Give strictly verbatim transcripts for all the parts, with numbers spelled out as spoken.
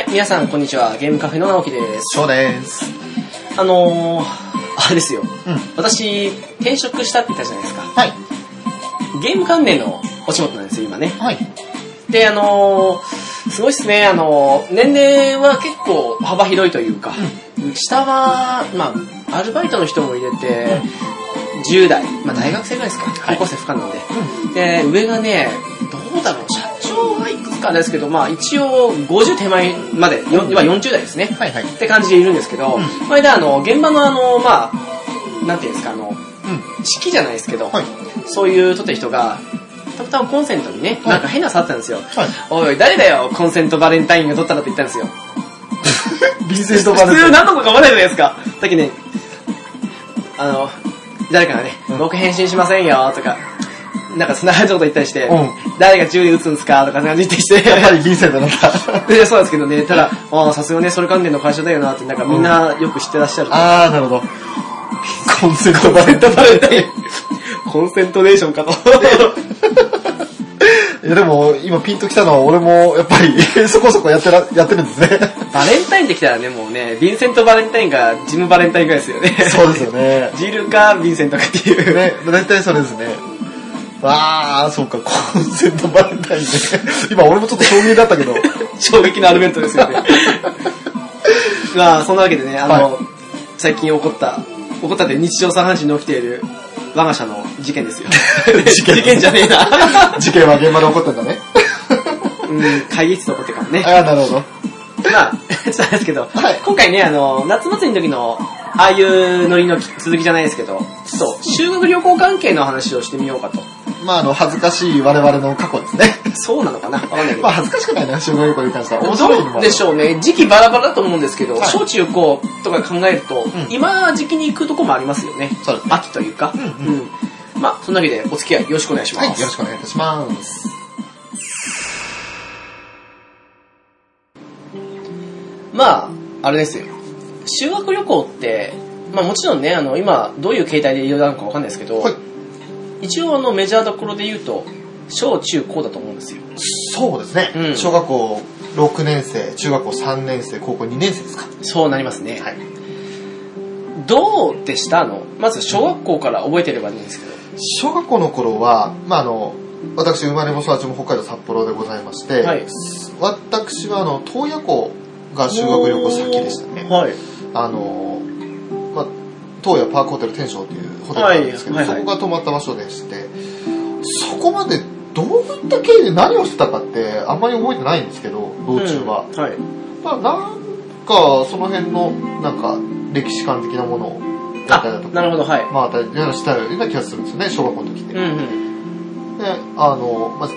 、皆さんこんにちは。ゲームカフェの直樹です。 そうです。 あのー、あれですよ。 うん、 私、転職したって言ったじゃないですか。 はい。 ゲーム関連のお仕事なんですよ、今ね。 はい。 で、あのー、すごいっすね。あのー、年齢は結構幅広いというか、うん、下は、まあ、アルバイトの人も入れて、じゅう代、まあ大学生ぐらいですか。高校生不可能で。うん、で、上がね、どうだろう、社長はいくつかですけど、まあ一応ごじゅう手前まで、今よんじゅう代ですね。はいはい。って感じでいるんですけど、うん、これであの、現場のあの、まあ、なんていうんですか、あの、うん、式じゃないですけど、はい、そういう撮ってる人が、たまたまコンセントにね、なんか変な触ってたんですよ。はい、おい、誰だよ、コンセントバレンタインが撮ったのって言ったんですよ。 ヴィンセントバレンタイン。 普通何度かかまないじゃないですか。だけどね、あの、誰かがね、うん、僕返信しませんよとか、なんかそんな感じのこと言ったりして、うん、誰が銃で撃つんですかとかそんな感じで言ったりして、 やっぱりヴィンセントなんだ。 で、そうなんですけどね、ただ、ああ、さすがね、それ関連の会社だよなって、なんかみんなよく知ってらっしゃる。 うん、ああ、なるほど。コンセントバレンタイン。 コンセントネーションかと。 いやでも、今ピンときたのは俺もやっぱりそこそこやってら、やってるんですね。 バレンタインってきたらね、もうね、ヴィンセントバレンタインかジムバレンタインかですよね。 そうですよね。 ジルかヴィンセントかっていう。 ね、大体それですね。あー、そうか、コンセントバレンタインね。今俺もちょっと衝撃だったけど。 衝撃のアルベントですよね。まあ、そんなわけでね、あの、はい、最近起こった、起こったって日常茶飯事に起きている我が社の事件ですよ。事件事件じゃねえな。 事件は現場で起こったんだね。 うん、会議室で起こってからね。 ああ、なるほど。 まあ、ちょっとですけど、はい、今回ね、あの、夏祭りの時の、ああいうノリの続きじゃないですけど、ちょっと修学旅行関係の話をしてみようかと。 まあ、あの、恥ずかしい我々の過去ですね。 そうなのかなわかんないけど。 まあ、恥ずかしくないな、修学旅行に関しては。面白いのも。 どうでしょうね。時期バラバラだと思うんですけど、はい、小中高とか考えると、うん、今時期に行くとこもありますよね。そうですね。秋というか。うん、うん。まあ、そんなわけでお付き合いよろしくお願いします。 はい、よろしくお願いいたします。 まあ、あれですよ。修学旅行って、まあもちろんね、あの、今、どういう形態でいろいろあるのかわかんないですけど、はい、一応あの、メジャーどころで言うと、小中高だと思うんですよ。 そうですね。うん、小学校ろくねん生、中学校さんねん生、高校にねん生ですか。 そうなりますね。はい。どうでしたの？まず小学校から覚えてればいいんですけど。 小学校の頃は、まああの、私生まれも育ちも北海道札幌でございまして、はい、私はあの、洞爺湖が修学旅行先でしたね。はい。あの、まあ、洞爺パークホテル天正というホテルがあるんですけど、はいはいはい、そこが泊まった場所でして、そこまでどういった経緯で何をしてたかってあんまり覚えてないんですけど、道中は。うん、はい。ただなんか、その辺の、なんか、歴史観的なものをやったりだとか。 なるほど、はい。 まあ、あたりでしたような気がするんですよね、小学校の時って。うんうん。で、あの、まあ、うん。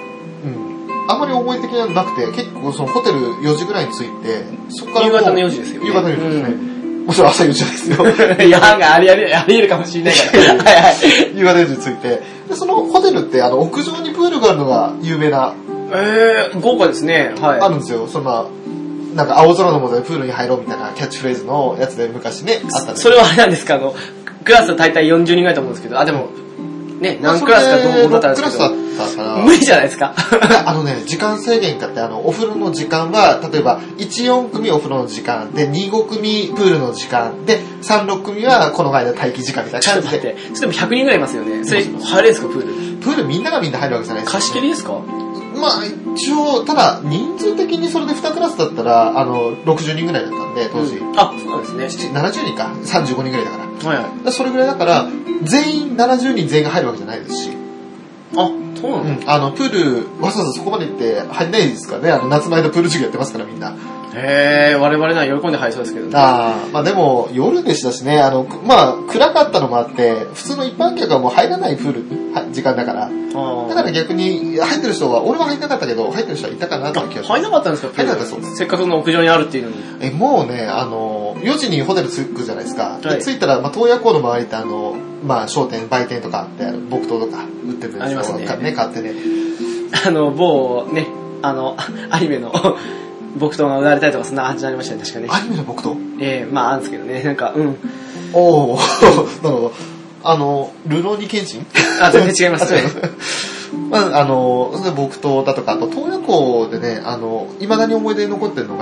あんまり思い出的にはなくて、結構そのホテルよじぐらいに着いて、そこから夕方のよじですよね。 夕方のよじですね。うん、もちろん朝よじですよ。 いや、ありあり、あり得るかもしれないから。はいはい。 夕方よじに着いて、で、そのホテルって、あの、屋上にプールがあるのが有名な。 えー、豪華ですね。はい。 あるんですよ。そんな、なんか青空の下でプールに入ろうみたいなキャッチフレーズのやつで昔ね、あったんです。 それはあれなんですか、あの、クラスは大体よんじゅうにんぐらいと思うんですけど、あ、でも、ね、何クラスかどうだったんですけど。ろくクラスだったから。無理じゃないですか。 あのね、時間制限かって、あの、お風呂の時間は、例えば、いち、よん組お風呂の時間、で、に、ご組プールの時間、で、さん、ろく組はこの間待機時間みたいな感じで。 ちょっと待って、それでもひゃくにんぐらいいますよね。それ、入れるんですか、プール。 プールみんながみんな入るわけじゃないですか、ね。 貸し切りですか？ まあ、一応、ただ、人数的にそれでにクラスだったら、あの、ろくじゅうにんぐらいだったんで、当時。 うん、あ、そうなんですね。 ななじゅうにんか。さんじゅうごにんぐらいだから。はいはい。だそれぐらいだから、全員ななじゅうにん全員が入るわけじゃないですし。 あ、そうなの？ うん。あの、プール、わざわざそこまで行って入んないですからね。あの、夏の間プール授業やってますから、みんな。 へー、我々なら喜んで入りそうですけどね。 ああ、まあでも、夜でしたしね、あの、まあ、暗かったのもあって、普通の一般客はもう入らないプールに、時間だから。だから逆に、入ってる人は、俺は入んなかったけど、入ってる人はいたかなという気がします。 入んなかったんですか？ 入んなかったそうです。 せっかくの屋上にあるっていうのに。 え、もうね、あの、よじにホテル着くじゃないですか。はい、着いたら、まあ、洞爺湖の周りってあの、まあ、商店、売店とかあって、木刀とか売ってるんですけど、ありますね。ね、買ってね。 あの、某、ね、あの、アニメの、木刀が売られたりとかそんな感じになりましたね、確かね。 アニメの木刀？ ええー、まああるんですけどね、なんか、うん。 おー、なるほど。あの、ルローニケンシン？ あ、全然違いますね。 まあ、あの、木刀だとか、あと、洞爺湖でね、あの、未だに思い出に残ってるのが、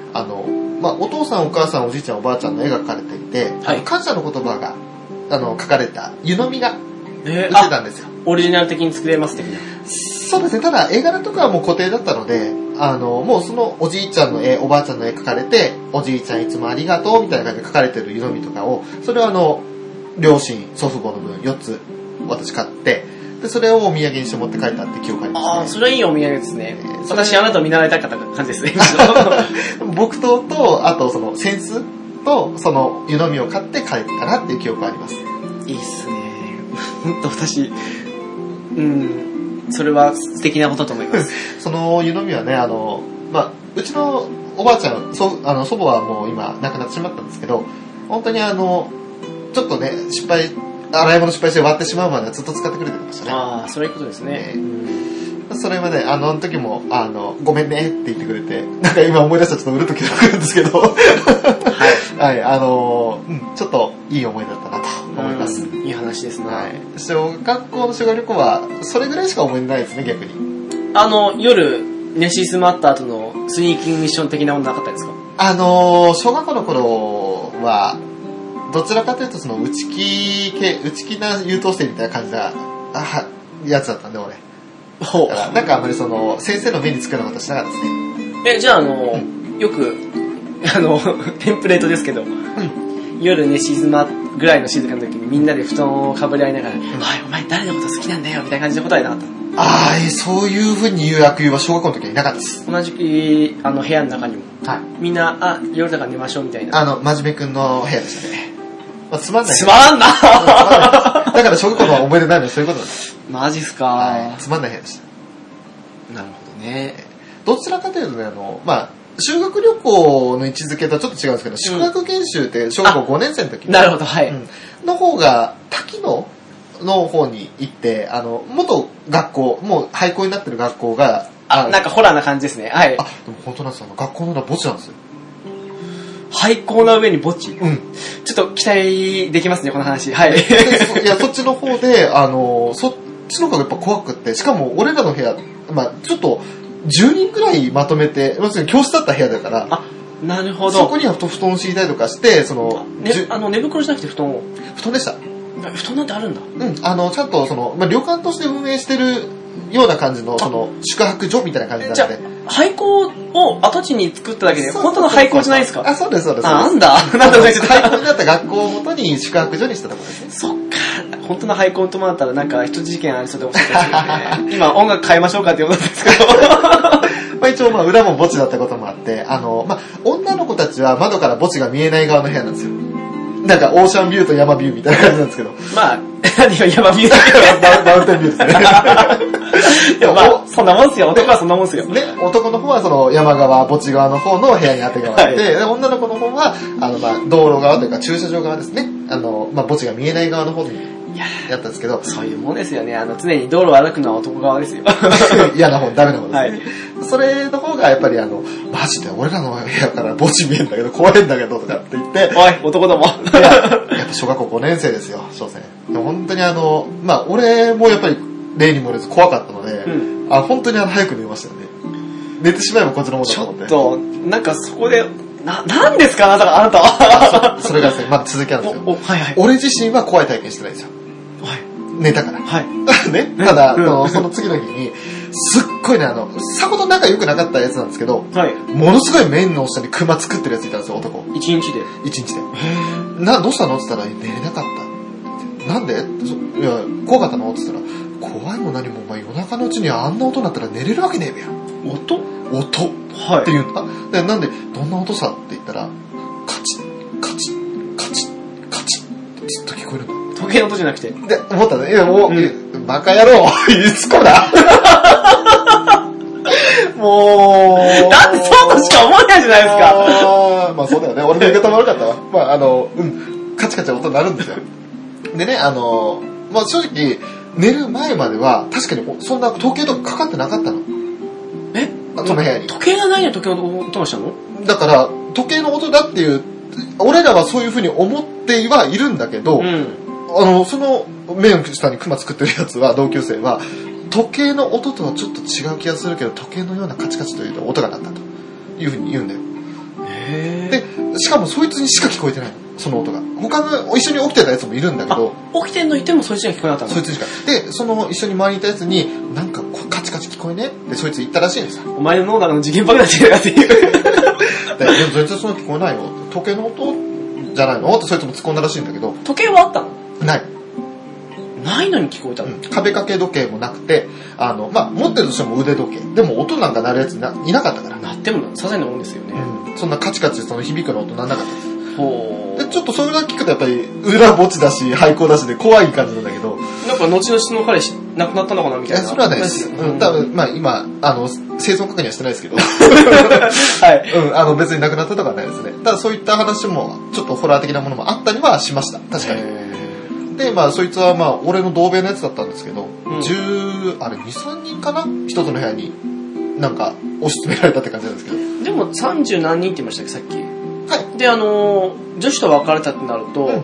あの、まあ、お父さんお母さんおじいちゃんおばあちゃんの絵が描かれていて、はい、感謝の言葉があの書かれた湯飲みが売ってたんですよ。 オリジナル的に作れます的な。 そうですね。ただ絵柄とかはもう固定だったので、あのもうそのおじいちゃんの絵おばあちゃんの絵描かれて、おじいちゃんいつもありがとうみたいな感じで書かれてる湯飲みとかを、それはあの両親祖父母の分よっつ私買って、でそれをお土産にして持って帰ったって記憶ありますね。 ああ、それいいお土産ですね。えー、私あなたを見習いたかった感じですね。 木刀とあとその扇子とその湯飲みを買って帰ったなっていう記憶があります。 いいっすね。本当私、うん、それは素敵なことと思います。 その湯飲みはね、あのまあうちのおばあちゃん、そあの祖母はもう今亡くなってしまったんですけど、本当にあのちょっとね失敗洗い物失敗して割ってしまうまではずっと使ってくれてましたね。 ああ、そういうことですね。えー、それまで、あの、あの時も、あの、ごめんねって言ってくれて、なんか今思い出したらちょっとうるっときてくるんですけど、はい。はい、あの、うん、ちょっといい思いだったなと思います。 いい話ですね。 はい。小学校の修学旅行は、それぐらいしか思い出ないですね、逆に。 あの、夜、寝静まった後のスニーキングミッション的なものなかったですか？ あの、小学校の頃は、どちらかというとその内気系内気な優等生みたいな感じなあやつだったんで俺。ほう。だからなんかあんまりその先生の目につくようなことしなかったですね。 え、じゃああの、うん、よくあのテンプレートですけど、うん、夜寝静まぐらいの静かな時にみんなで布団をかぶり合いながら、うん、おいお前誰のこと好きなんだよみたいな感じで答えなかった。 ああ、そういう風に言う悪友は小学校の時はいなかったです。 同じあの部屋の中にも、はい、みんなあ夜だから寝ましょうみたいな。 あの真面目くんの部屋でしたね。まあ、つまんない。 つまんなだから小学校の思い出ないのはそういうことなんです。 マジっすか、 はい、つまんない部屋でした。 なるほどね。 どちらかというとね、あの、まあ、修学旅行の位置づけとはちょっと違うんですけど、宿泊研修って小学校ごねん生の時に、 なるほど、はい、うん、 の方が滝野の方に行って、あの、元学校、もう廃校になってる学校が、 あ、なんかホラーな感じですね。はい。 あ、でも本当なんですよ。学校の名は墓地なんですよ。 廃校の上に墓地、 うん、 ちょっと期待できますねこの話。はい。 いやそっちの方であのそっちの方がやっぱ怖くって、しかも俺らの部屋、まあちょっとじゅうにんくらいまとめて、要するに教室だった部屋だから。 あ、なるほど。 そこには布団敷いたりとかしてその、 ね、あの寝袋じゃなくて布団を。 布団でした。 布団なんてあるんだ。 うん、あのちゃんとその、まあ、旅館として運営してるような感じのその宿泊所みたいな感じなので。 じゃあ廃校を跡地に作っただけで本当の廃校じゃないですか？ あ、そうですそうです。 あ、なんだ。なんだ廃校になった学校をもとに宿泊所にしたところですね。 そっか。本当の廃校に泊まったらなんか一つ事件ありそうで面白いですね。今音楽変えましょうかって言うんですけど。 まあ一応まあ裏も墓地だったこともあって、あのまあ女の子たちは窓から墓地が見えない側の部屋なんですよ。なんかオーシャンビューと山ビューみたいな感じなんですけど。 まあ、何が山ビューだけど、マウンテンビューですね。 でもまあ、そんなもんすよ。男はそんなもんすよ。 ね、男の方はその山側、墓地側の方の部屋に当てがわれて、はい、女の子の方は、あのまあ道路側というか駐車場側ですね。あの、まあ墓地が見えない側の方に。やったんですけど、 そういうもんですよね。あの常に道路を歩くのは男側ですよ。 嫌な方、ダメな方ですね。はい、それの方がやっぱりあのマジで俺らの部屋から墓地見えんだけど怖いんだけどとかって言って、 おい男ども。 いや、やっぱ小学校ごねん生ですよ、所詮。でも本当にあのまあ俺もやっぱり例に漏れず怖かったので、うん、あ本当にあの早く寝ましたよね。寝てしまえばこっちのものだと思って。 ちょっとなんかそこで。な、なんですかあなた、あなたは。 それがですね、まだ続きなんですよ。 おおはいはい、 俺自身は怖い体験してないんですよ。 はい。 寝たから。 はい。 ね。ただ、うん、のその次の日に、すっごいね、あの、さほど仲良くなかったやつなんですけど、はい。ものすごい面の下にクマ作ってるやついたんですよ、男。 一日で一日で。へな、どうしたのって言ったら、寝れなかった。なんでいや、怖かったのって言ったら、怖いも何もお前夜中のうちにあんな音になったら寝れるわけねえべや。 音音はい。って言うんだ。で、なんで、どんな音さって言ったら、カチッ、カチッ、カチッ、カチッってずっと聞こえるんだ。 時計の音じゃなくて。 で、思ったね。いや、もう、うん、バカ野郎いつこだもう。 だってそうとしか思えないじゃないですか。 あまあそうだよね。俺の言い方も悪かったわ。まああの、うん、カチカチ音になるんですよ。でね、あの、まあ正直、寝る前までは、確かにそんな時計とかかかってなかったの。 えその部屋に。 時計がないのに時計の音がしたの？ だから、時計の音だっていう、俺らはそういうふうに思ってはいるんだけど、うん、あの、その、目の下にクマ作ってるやつは、同級生は、時計の音とはちょっと違う気がするけど、時計のようなカチカチという音が鳴ったというふうに言うんだよ。 で、しかもそいつにしか聞こえてないの、その音が。他の一緒に起きてたやつもいるんだけど、 起きてんのいてもそいつには聞こえなかったの。 そいつにしか。で、その一緒に周りにいたやつに、なんかカチカチ聞こえねってそいつ言ったらしいんですよ。 お前の脳がの次元爆弾してるかっていう。 でも全然そんな聞こえないよ。時計の音じゃないのってそいつも突っ込んだらしいんだけど。 時計はあったの？ ない。 ないのに聞こえたの、うん、 壁掛け時計もなくて、あの、まあ、持ってるとしても腕時計。でも音なんか鳴るやつ な, いなかったから。 鳴っても些細なもんですよね。 うん。そんなカチカチその響くの音鳴んなかったです。 ほう。で、ちょっとそれだけ聞くとやっぱり裏墓地だし、廃校だしで怖い感じなんだけど。 なんか後々の彼氏亡くなったのかなみたいな。 いや、それはないです。うん。多分、まあ今、あの、生存確認はしてないですけど。はい。うん。あの、別に亡くなったとかはないですね。ただそういった話も、ちょっとホラー的なものもあったりはしました。確かに。で、まあ、そいつはまあ、俺の同部屋のやつだったんですけど、うん、じゅう、あれ、に、さんにんかな一つの部屋に、なんか、押し詰められたって感じなんですけど。 でも、さんじゅう何人って言いましたっけ、さっき。 はい。 で、あのー、女子と別れたってなると、うん、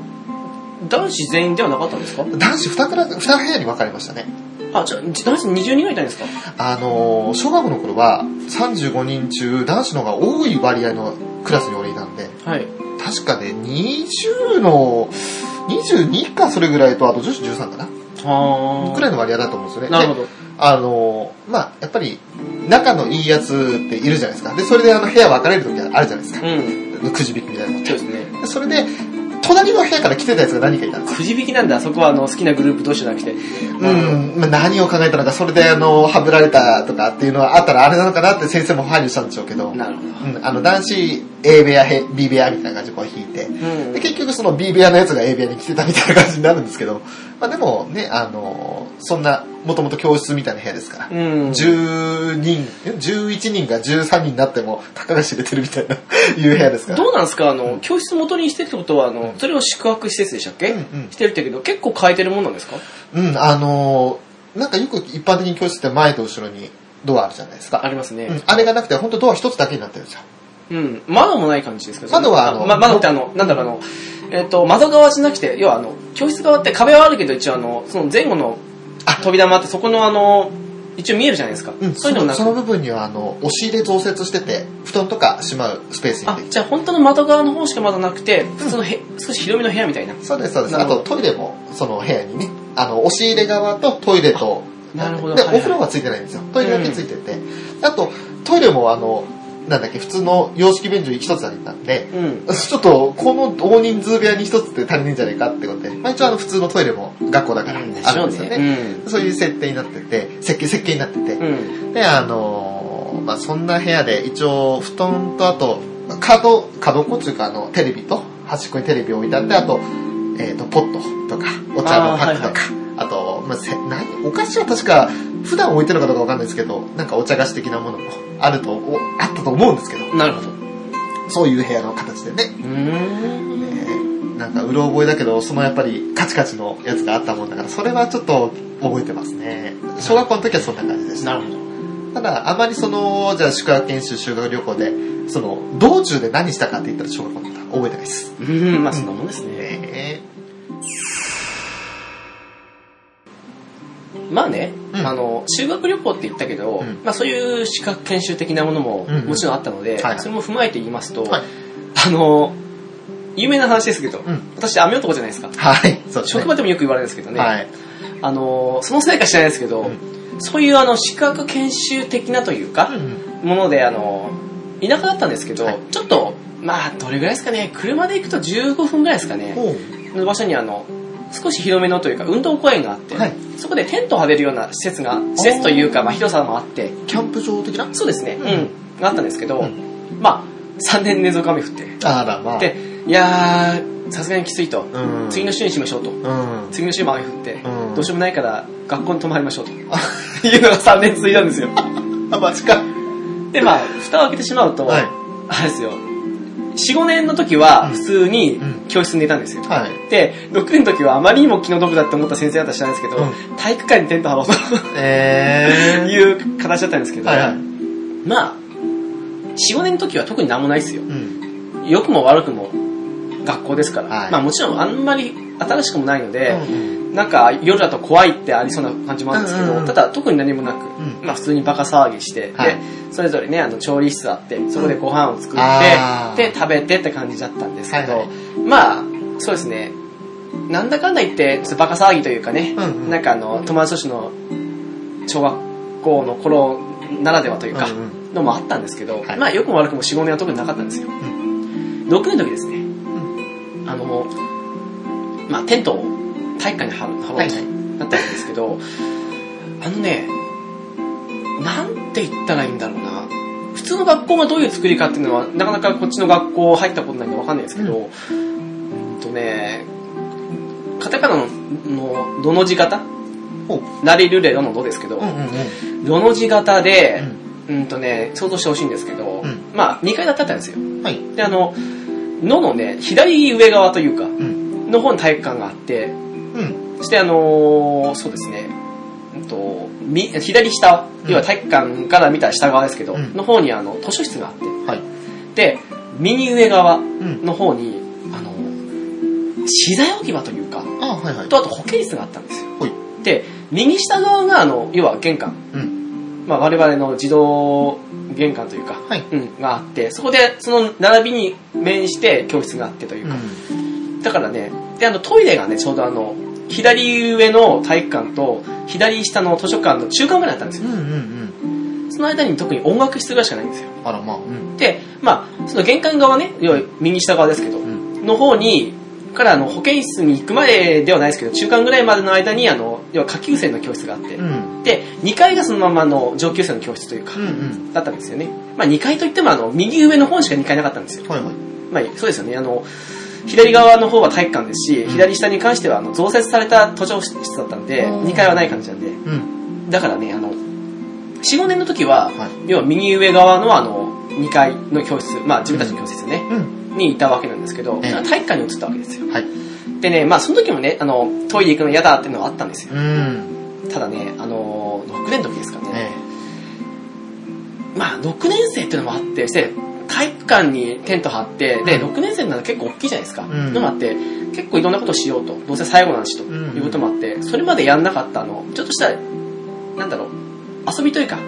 男子全員ではなかったんですか？ 男子二クラ、二部屋に分かれましたね。 あ、じゃあ、男子にじゅうにんぐらいいたんですか？ あのー、小学校の頃は、さんじゅうごにん中、男子の方が多い割合のクラスに俺いたんで、 はい。 確かね、にじゅうの、にじゅうにかそれぐらいと、あと女子じゅうさんかなくらいの割合だと思うんですよね。 なるほど。 あの、まあ、やっぱり、仲のいいやつっているじゃないですか。で、それであの部屋分かれる時あるじゃないですか。うん。くじ引きみたいなの。 そうですね。 でそれで、隣の部屋から来てたやつが何かいたんですよ。 くじ引きなんだ。そこはあの好きなグループ同士じゃなくて。 うん。まあ、何を考えたのか、それであの、はぶられたとかっていうのはあったらあれなのかなって先生も配慮したんでしょうけど。 なるほど。 うん。あの、男子 A 部屋、B 部屋みたいな感じでこう引いて。うん、で、結局その B 部屋のやつが A 部屋に来てたみたいな感じになるんですけど。まあでもね、あの、そんな、もともと教室みたいな部屋ですから。うん。じゅうにん、じゅういちにんがじゅうさんにんになっても、たかが知れてるみたいな、いう部屋ですから。 どうなんですかあの、うん、教室元にしてるってことは、あの、うん、それを宿泊施設でしたっけ、うんうん、してるって言うけど、結構変えてるもんなんですか？ うん、あのー、なんかよく一般的に教室って前と後ろにドアあるじゃないですか。 ありますね。 うん、あれがなくて、本当ドア一つだけになってるんですよ。 うん。窓もない感じですか？ 窓はあの、 ま、窓ってあの、なんだろうあの、えっ、ー、と、窓側じゃなくて、要はあの、教室側って壁はあるけど、一応あの、その前後の扉もあって、そこのあの、一応見えるじゃないですか。 うん、そういうのもなくその部分にはあの、押し入れ増設してて、布団とかしまうスペースにできて。 あ、じゃあ本当の窓側の方しか窓なくて、普通のへ、うん、少し広めの部屋みたいな。 そうです、そうです。あとトイレも、その部屋にね、あの、押し入れ側とトイレと、 なるほど。 で、はいはい、お風呂はついてないんですよ。トイレだけついてて。うん、あと、トイレもあの、なんだっけ、普通の洋式便所一つだったんで、うん、ちょっと、この大人数部屋に一つって足りないんじゃないかってことで、まあ一応あの普通のトイレも学校だからあるんですよね。うん、そういう設定になってて、設計、設計になってて、うん、で、あのー、まあそんな部屋で一応布団とあと、角、角っこっていうかあの、テレビと、端っこにテレビを置いてあって、あと、えっ、ー、と、ポットとか、お茶のパックとか、あ,、はいはい、あと、まあ、せ何お菓子は確か、普段置いてるのかどうかわかんないですけど、なんかお茶菓子的なものもあると、あったと思うんですけど。 なるほど。 そういう部屋の形でね。うーん、えー、なんかうろ覚えだけど、そのやっぱりカチカチのやつがあったもんだから、それはちょっと覚えてますね。小学校の時はそんな感じでした。 なるほど。 ただ、あまりその、じゃあ宿泊研修、修学旅行で、その、道中で何したかって言ったら小学校の時は覚えてないです。 うん、まあそんなもんですね。えーまあね、うん、あの修学旅行って言ったけど、うん、まあそういう資格研修的なものももちろんあったので、うんうんはい、それも踏まえて言いますと、はい、あの有名な話ですけど、うん、私雨男じゃないですか。 はい、そうですね。 職場でもよく言われるんですけどね。 はい、 あのそのせいか知らないですけど、うん、そういうあの資格研修的なというか、うん、ものであの田舎だったんですけど、はい、ちょっとまあどれぐらいですかね、車で行くとじゅうごふんぐらいですかねの場所にあの少し広めのというか運動公園があって、はい、そこでテントを張れるような施設が施設というかまあ広さもあってキャンプ場的なそうですね、うんうん、があったんですけど、うん、まあさんねん連続雨降ってあら、まあ、 でいやーさすがにきついと、うん、次の週にしましょうと、うん、次の週も雨降って、うん、どうしようもないから学校に泊まりましょうというのがさんねん続いたんですよあマジかでまあ蓋を開けてしまうと、はい、あれですよよん、ごねんの時は普通に教室に寝たんですよ、うんはい、でろくねんの時はあまりにも気の毒だって思った先生だったら知らないですけど、うん、体育館にテント張ろうと、えー、いう形だったんですけど、はいはい、まあ よん、ごねんの時は特に何もないですよ、うん、良くも悪くも学校ですから、はい、まあもちろんあんまり新しくもないので、うんうん、なんか夜だと怖いってありそうな感じもあるんですけど、うんうんうん、ただ特に何もなく、うん、まあ普通にバカ騒ぎして、はい、でそれぞれねあの調理室あってそこでご飯を作って、うん、で食べてって感じだったんですけど、はいはい、まあそうですねなんだかんだ言ってバカ騒ぎというかね、うんうん、なんかあの友達としての小学校の頃ならではというかのもあったんですけど、うんうん、まあ良くも悪くも よん、ごねんは特になかったんですよ、うん、ろくねんの時ですね、うん、あのまあテントを体育館に張ろうとなったんですけど、はいはい、あのねなんて言ったらいいんだろうな普通の学校がどういう作りかっていうのはなかなかこっちの学校入ったことないんで分かんないですけど、うん、うんとねカタカナののどの字型ラリルレロのどですけど、うんうんうん、どの字型で、うん、うんとね想像してほしいんですけど、うん、まあにかい建てあったんですよ、はい、であのののね左上側というか、うん、の方に体育館があって、うん、そしてあのー、そうですね、うんと、み左下、うん、要は体育館から見た下側ですけど、うん、の方にあの図書室があって、はい、で右上側の方に、うん、あの資材置き場というか、あ、はいはい、とあと保健室があったんですよ。はい、で右下側があの要は玄関、うん、まあ、我々の自動玄関というか、はい、うん、があってそこでその並びに面して教室があってというか、うん、だからねであのトイレがねちょうどあの左上の体育館と左下の図書館の中間ぐらいだったんですよ、うんうんうん、その間に特に音楽室ぐらいしかないんですよ。あら、まあ、うん、でまあその玄関側ね要は右下側ですけど、うん、の方にからあの保健室に行くまでではないですけど中間ぐらいまでの間にあの要は下級生の教室があって、うん、でにかいがそのままの上級生の教室というか、うんうん、だったんですよね。まあにかいといってもあの右上の方にしかにかいなかったんですよ、はいはい、まあそうですよね。あの左側の方は体育館ですし、うん、左下に関してはあの増設された図書室だったんで、うん、にかいはない感じなんで、うん、だからねあの よん、ごねんの時は、はい、要は右上側のあのにかいの教室、まあ自分たちの教室ですよね、うん、にいたわけなんですけど、えー、体育館に移ったわけですよ、はい、でねまあその時もねあのトイレ行くの嫌だっていうのはあったんですよ、うん、ただねあのろくねんの時ですかね、えー、まあろくねん生っていうのもあってして体育館にテント張ってでろくねん生なら結構大きいじゃないですか、うん、のもあって結構いろんなことをしようとどうせ最後なんしということもあって、うん、それまでやんなかったあのちょっとしたなんだろう遊びというか、うん、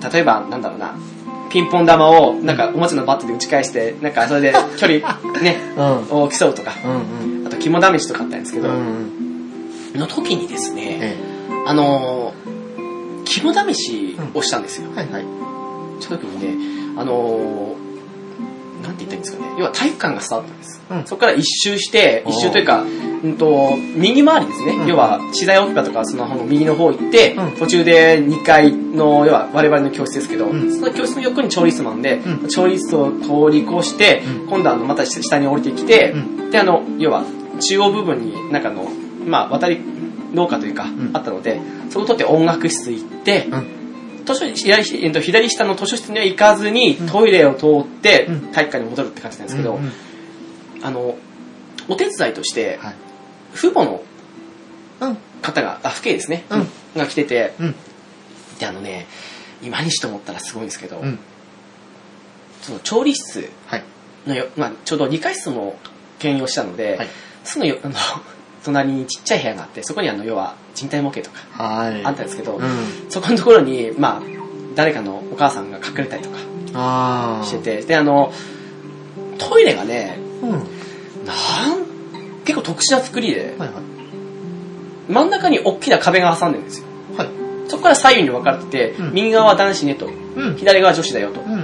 例えばなんだろうなピンポン玉をなんかおもちゃのバットで打ち返してなんかそれで距離ね、うん、を競うとか、うんうん、あと肝試しとかあったんですけど、うんうん、の時にですね、ええ、あの肝試しをしたんですよ、うんはいはい、その時にねあのなんて言ったらいいんですかね要は体育館がスタートなんです、うん、そこから一周して一周というか、うんと、右回りですね、うん、要は資材置き場とかその方の右の方行って、うん、途中でにかいの要は我々の教室ですけど、うん、その教室の横に調理室もあるんで、うん、調理室を通り越して、うん、今度はまた下に降りてきて、うん、であの要は中央部分に中のまあ渡り廊下というか、うん、あったのでそこを取って音楽室行って、うん図書左, 左下の図書室には行かずにトイレを通って体育館に戻るって感じなんですけど、うんうん、あのお手伝いとして、はい、父母の方が、あ父兄ですね、うん、が来てて、うん、であのね今にして思ったらすごいんですけど、うん、その調理室のよ、まあ、ちょうどにかい室も兼用したので、はい、そのよあの隣にちっちゃい部屋があってそこにあの要は人体模型とかあったんですけど、うん、そこのところにまあ誰かのお母さんが隠れたりとかしててであのトイレがね、うん、なん結構特殊な作りで、はいはい、真ん中に大きな壁が挟んでるんですよ、はい、そこから左右に分かれてて、うん、右側は男子ねと、うん、左側は女子だよと、うんうん、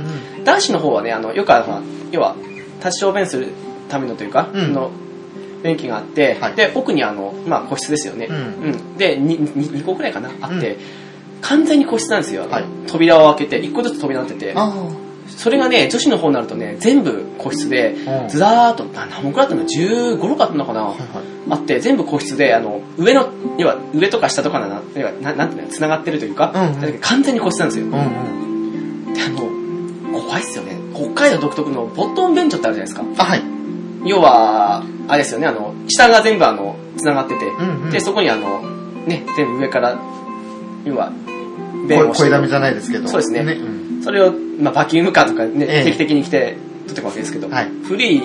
男子の方はねあのよくある要は立ち小便するためのというか、うん、の便器があって、はい、で奥にあの、まあ、個室ですよね、うんうん、で 2, にこくらいかなあって、うん、完全に個室なんですよ、はい、扉を開けていっこずつ扉になっててそれがね女子の方になるとね全部個室でずらーっと何個くらいあったのじゅうごろくあったのかな、はいはい、あって全部個室であの上の要は上とか下とか な, な, な, なんていうのつながってるというか、うんうん、完全に個室なんですよ、うんうん、であの怖いっすよね北海道独特のボットン便所ってあるじゃないですかあ、はい、要はあれですよねあの下が全部あのつながってて、うんうん、でそこにあのね全部上から要は便をして声だめじゃないですけどそうですね、ねうん、それを、まあ、バキュームカーとかね、ええ、定期的に来て取っていくわけですけど、はい、古い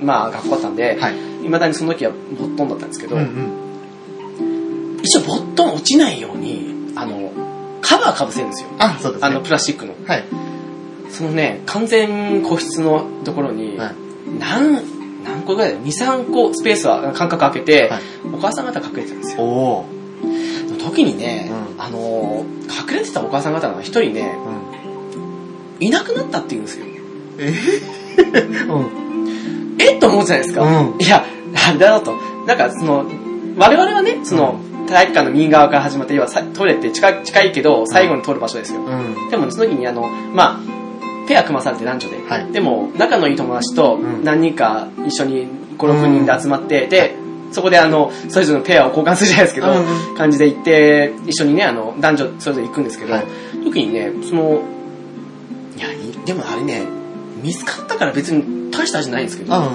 まあ学校だったんで、はい、未だにその時はボットンだったんですけど、うんうん、一応ボットン落ちないように、あの、カバーかぶせるんですよ。 あ、そうですね。 あの、プラスチックの。 はい。 そのね、完全個室のところに、はい、何、何個ぐらいだよ、に、さんこスペースは間隔空けて、はい、お母さん方隠れてたんですよ。 おー。の時にね、うん、あの、隠れてたお母さん方が一人ね、うん、いなくなったって言うんですよ。 えうん、えと思うじゃないですか。うん、いや、なんだろうと。なんかその、我々はね、その、うん、体育館の右側から始まって、要はトイレって近い、近いけど、最後に通る場所ですよ。うん、でも、その時にあの、まあ、ペア組まされて男女で、はい、でも仲のいい友達と何人か一緒にご、ろくにんで集まって、うん、でそこであのそれぞれのペアを交換するじゃないですけど、うん、感じで行って一緒にねあの男女それぞれ行くんですけど、はい、時にねそのいやでもあれね見つかったから別に大した味ないんですけど、 うん、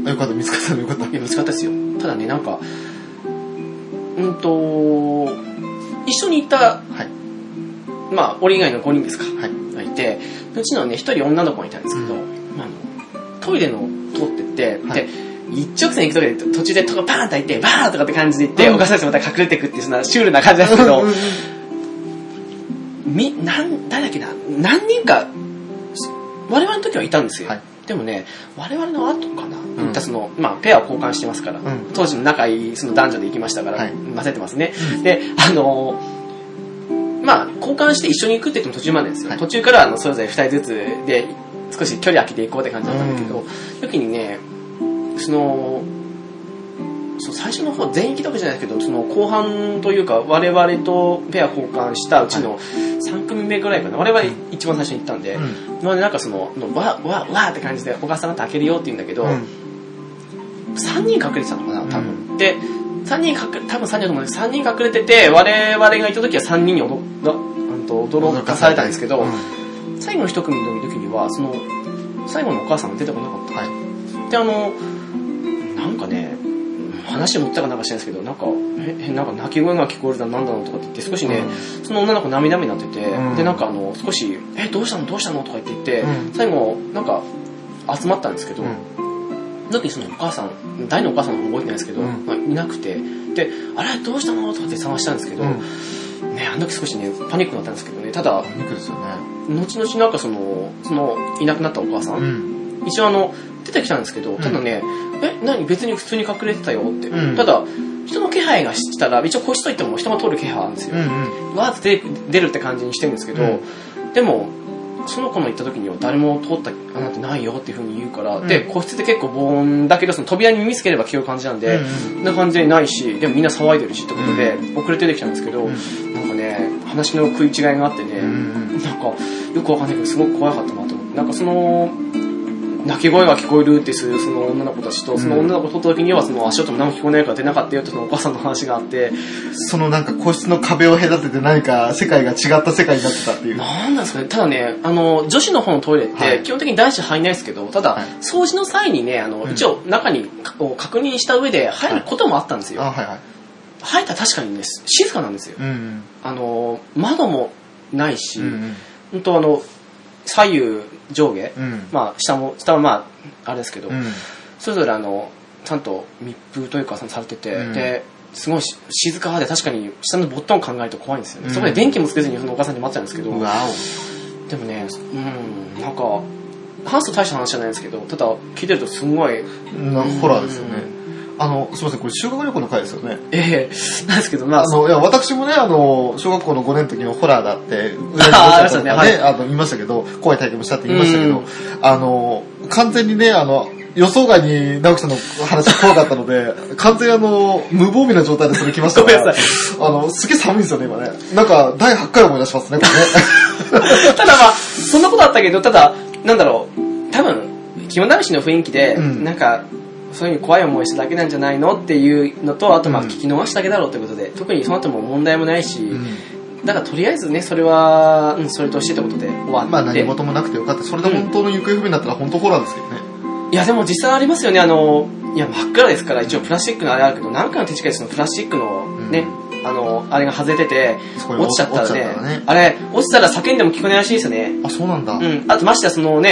よかった見つかったよかったいや見つかったですよ。ただねなんかうんと一緒に行った、はい、まあ俺以外のごにんですか、はい、がいてうちのね一人女の子がいたんですけど、うん、あのトイレの通ってって、はい、で一直線行くときで途中で戸がパーンと開いてバーンとかって感じで行って、うん、お母さんたちまた隠れていくっていうそんなシュールな感じなんですけど、うんうんうん、みなん誰だっけな何人か我々の時はいたんですよ、はい、でもね我々の後かな、うん、そのまあペアを交換してますから、うん、当時の仲いいその男女で行きましたから、はい、混ぜてますね、うん、であのまあ、交換して一緒に行くって言っても途中までですよ。はい、途中からあのそれぞれふたりずつで少し距離空けていこうって感じだったんだけど、時にね、その、その最初の方全員行きたわけじゃないですけど、その後半というか我々とペア交換したうちのさん組目ぐらいかな。我々一番最初に行ったんで、うん、なんかその、わ、わ、わって感じでお母さん方開けるよって言うんだけど、うん、さんにん隠れてたのかな、多分。うん、で、さんにん隠れ、多分さんにんだと思うんですけど、さんにん隠れてて、我々がいた時はさんにんに驚かされたんですけど、うん、最後の一組の時には、その、最後のお母さんが出てこなかった。はい、で、あの、なんかね、話持ったかなんかしないんですけど、なんか、え、なんか泣き声が聞こえるだなんだろうとかって言って、少しね、うん、その女の子涙目になってて、うん、で、なんかあの、少し、え、どうしたのどうしたのとか言って言って、うん、最後、なんか、集まったんですけど、うん時にそのお母さん、大のお母さんも覚えてないですけど、うんまあ、いなくて、で、あれどうしたのとかって探したんですけど、うん、ね、あの時少しね、パニックになったんですけどね、ただ、 パニックですよね。 後々なんかその、その、いなくなったお母さん、うん、一応あの、出てきたんですけど、ただね、うん、え、何別に普通に隠れてたよって。うん、ただ、人の気配がしたら、一応個室といっても人が通る気配あるんですよ。うんうん、わーって出るって感じにしてるんですけど、うん、でも、その子の行った時には誰も通った穴ってないよっていう風に言うから、うん、で、個室で結構防音だけど、その扉に耳つければ聞こえる感じなんで、うんうん、な感じでないし、でもみんな騒いでるしってことで、うん、遅れて出てきたんですけど、うん、なんかね、話の食い違いがあってね、うん、なんか、よくわかんないけど、すごく怖かったなと思って、なんかその、泣き声が聞こえるってするその女の子たちと、その女の子を撮った時にはその足音も何も聞こえないから出なかったよってそのお母さんの話があって、 そのなんか個室の壁を隔てて何か世界が違った世界になってたっていう。 なんなんですかね。ただね、あの女子の方のトイレって基本的に男子入んないですけど、ただ、はい、掃除の際にね、あの、うん、一応中にを確認した上で入ることもあったんですよ。はいはいはい、入ったら確かにね静かなんですよ。うんうん、あの窓もないし、うんうん、本当あの左右上下、うん、まあ下も下はまああれですけど、うん、それぞれあのちゃんと密封というかされてて、うん、ですごい静かで確かに下のボタンを考えると怖いんですよね。うん、そこで電気もつけずにそのお母さんに待ってたんですけど、うん、でもね、うんなんか話すと大した話じゃないんですけど、ただ聞いてるとすごいホラーですよね。うんあの、すみません、これ修学旅行の回ですよね。 ええー、なんですけど、まあ、 あの、いや、私もね、あの、小学校のごねんの時のホラーだって、裏にあったね、はい、あの、言いましたけど、怖い体験もしたって言いましたけど、あの、完全にね、あの、予想外に直樹さんの話が怖かったので、完全にあの、無防備な状態でそれ来ましたから、あの、すげえ寒いんですよね、今ね。なんか、だいはちかい思い出しますね、これね。 ただまあ、そんなことあったけど、ただ、なんだろう、多分、肝試しの雰囲気で、うん、なんか、そういう怖い思いしただけなんじゃないのっていうのと、あとまあ聞き逃しただけだろうということで、うん、特にその後も問題もないし、うん、だからとりあえずね、それは、うん、それとしてってことで終わって。 まあ何事もなくてよかった。それで本当の行方不明になったら本当ホラーですけどね。 いやでも実際ありますよね、あの、いや真っ暗ですから、一応プラスチックのあれあるけど、何かの手近いそのプラスチックのね、うん、あの、あれが外れてて、落ちちゃったらね、ねあれ、落ちたら叫んでも聞こえないらしいですよね。 あ、そうなんだ。 うん。あとましてはそのね、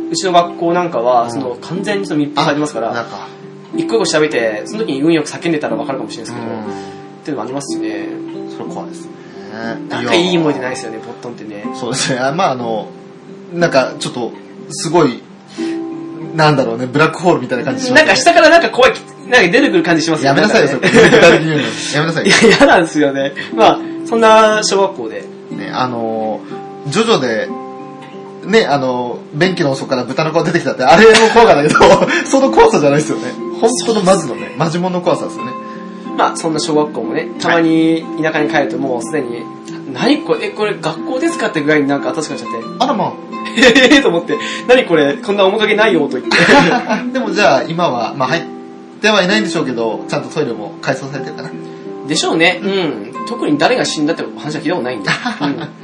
うちの学校なんかは、その完全にその密封されてますから、一個一個調べて、その時に運よく叫んでたら分かるかもしれないですけど、っていうのもありますしね。 それ怖いですね。 なんかいい思い出ないですよね、ボットンってね。 そうですね。まああの、なんかちょっと、すごい、なんだろうね、ブラックホールみたいな感じしますね。 なんか下からなんか怖い、なんか出てくる感じしますよね。やめなさいよ、それ。やめなさい。 いや、嫌なんですよね。まあ、そんな小学校で。 ね、あの、ジョジョで、ね、あの、便器の底から豚の顔出てきたって、あれも怖かったけど、その怖さじゃないですよね。本当のマジのね、マジモンの怖さですよね。 まあ、そんな小学校もね、たまに田舎に帰るともうすでに、何これ、え、これ学校ですかってぐらいになんか確かにちゃって。 あらまあ。 へへと思って、何これ、こんな面影ないよと言って。 でもじゃあ今は、まあ入ってはいないんでしょうけど、ちゃんとトイレも改装されてるかな。 でしょうね。うん。特に誰が死んだって話は聞いたことないんで。 うん、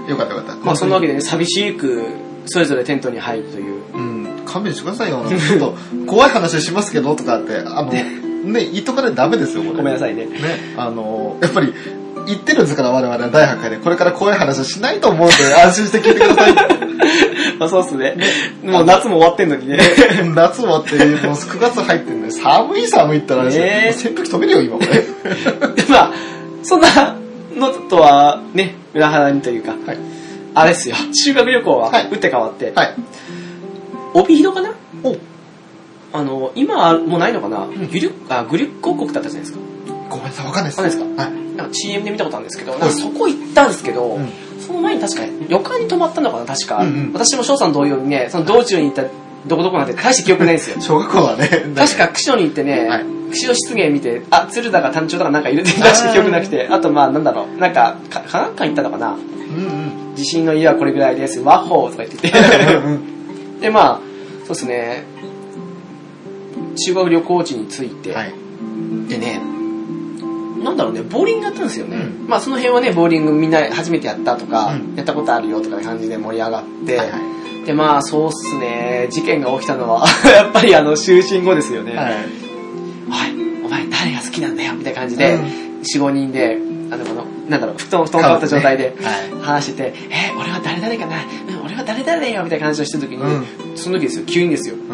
よかったよかった。 まあそんなわけでね、寂しく、それぞれテントに入るという。 うん。勘弁してくださいよ。ちょっと、怖い話しますけど、とかって、あの、ね、言っとかないとダメですよ、これ。 ごめんなさいね。 ね。あの、やっぱり、言ってるんですから我々はだいはちかいで、これから怖い話はしないと思うんで、安心して聞いてください。 まあそうっすね。もう夏も終わってんのにね。 夏終わって、もうくがつ入ってんのに、寒い寒いって話で、扇風機止めるよ、今これ。 まあ、そんなのとはね、裏腹にというか、はい、あれですよ、修学旅行は打って変わって、はい、帯広かなおあの、今はもうないのかな、うん、グリュッ、あ、グリュッ広告だったじゃないですか。 ごめんなさい、わかんないです。 わかんないですか、はい、なんか シーエム で見たことあるんですけど、なんかそこ行ったんですけど、うん、その前に確か旅館に泊まったのかな、確か。うんうん、私も翔さん同様にね、その道中に行ったどこどこなんて大して記憶ないんですよ。 小学校はね。 確か釧路に行ってね、はい、釧路湿原見て、あ、鶴田か単調だかなんかいるって出して記憶なくて、あとまあなんだろう、なんか、科学館行ったのかな、うんうん、地震の家はこれぐらいです、ワッホーとか言ってて。でまあ、そうですね、修学旅行地に着いて、はい、でね、なんだろうね、ボーリングやったんですよね。うん、まあその辺はね、ボーリングみんな初めてやったとか、うん、やったことあるよとかいう感じで盛り上がって、はいはい、でまあそうっすね、事件が起きたのはやっぱりあの就寝後ですよね。はい、おい、お前誰が好きなんだよみたいな感じで、うん、よん、ごにんで、あの、この、なんだろう、布団、布団があった状態で話してて、ね、はい、え、俺は誰々かな、うん、俺は誰々だよみたいな感じをしてる時に、うん、その時ですよ、急にですよ、うん、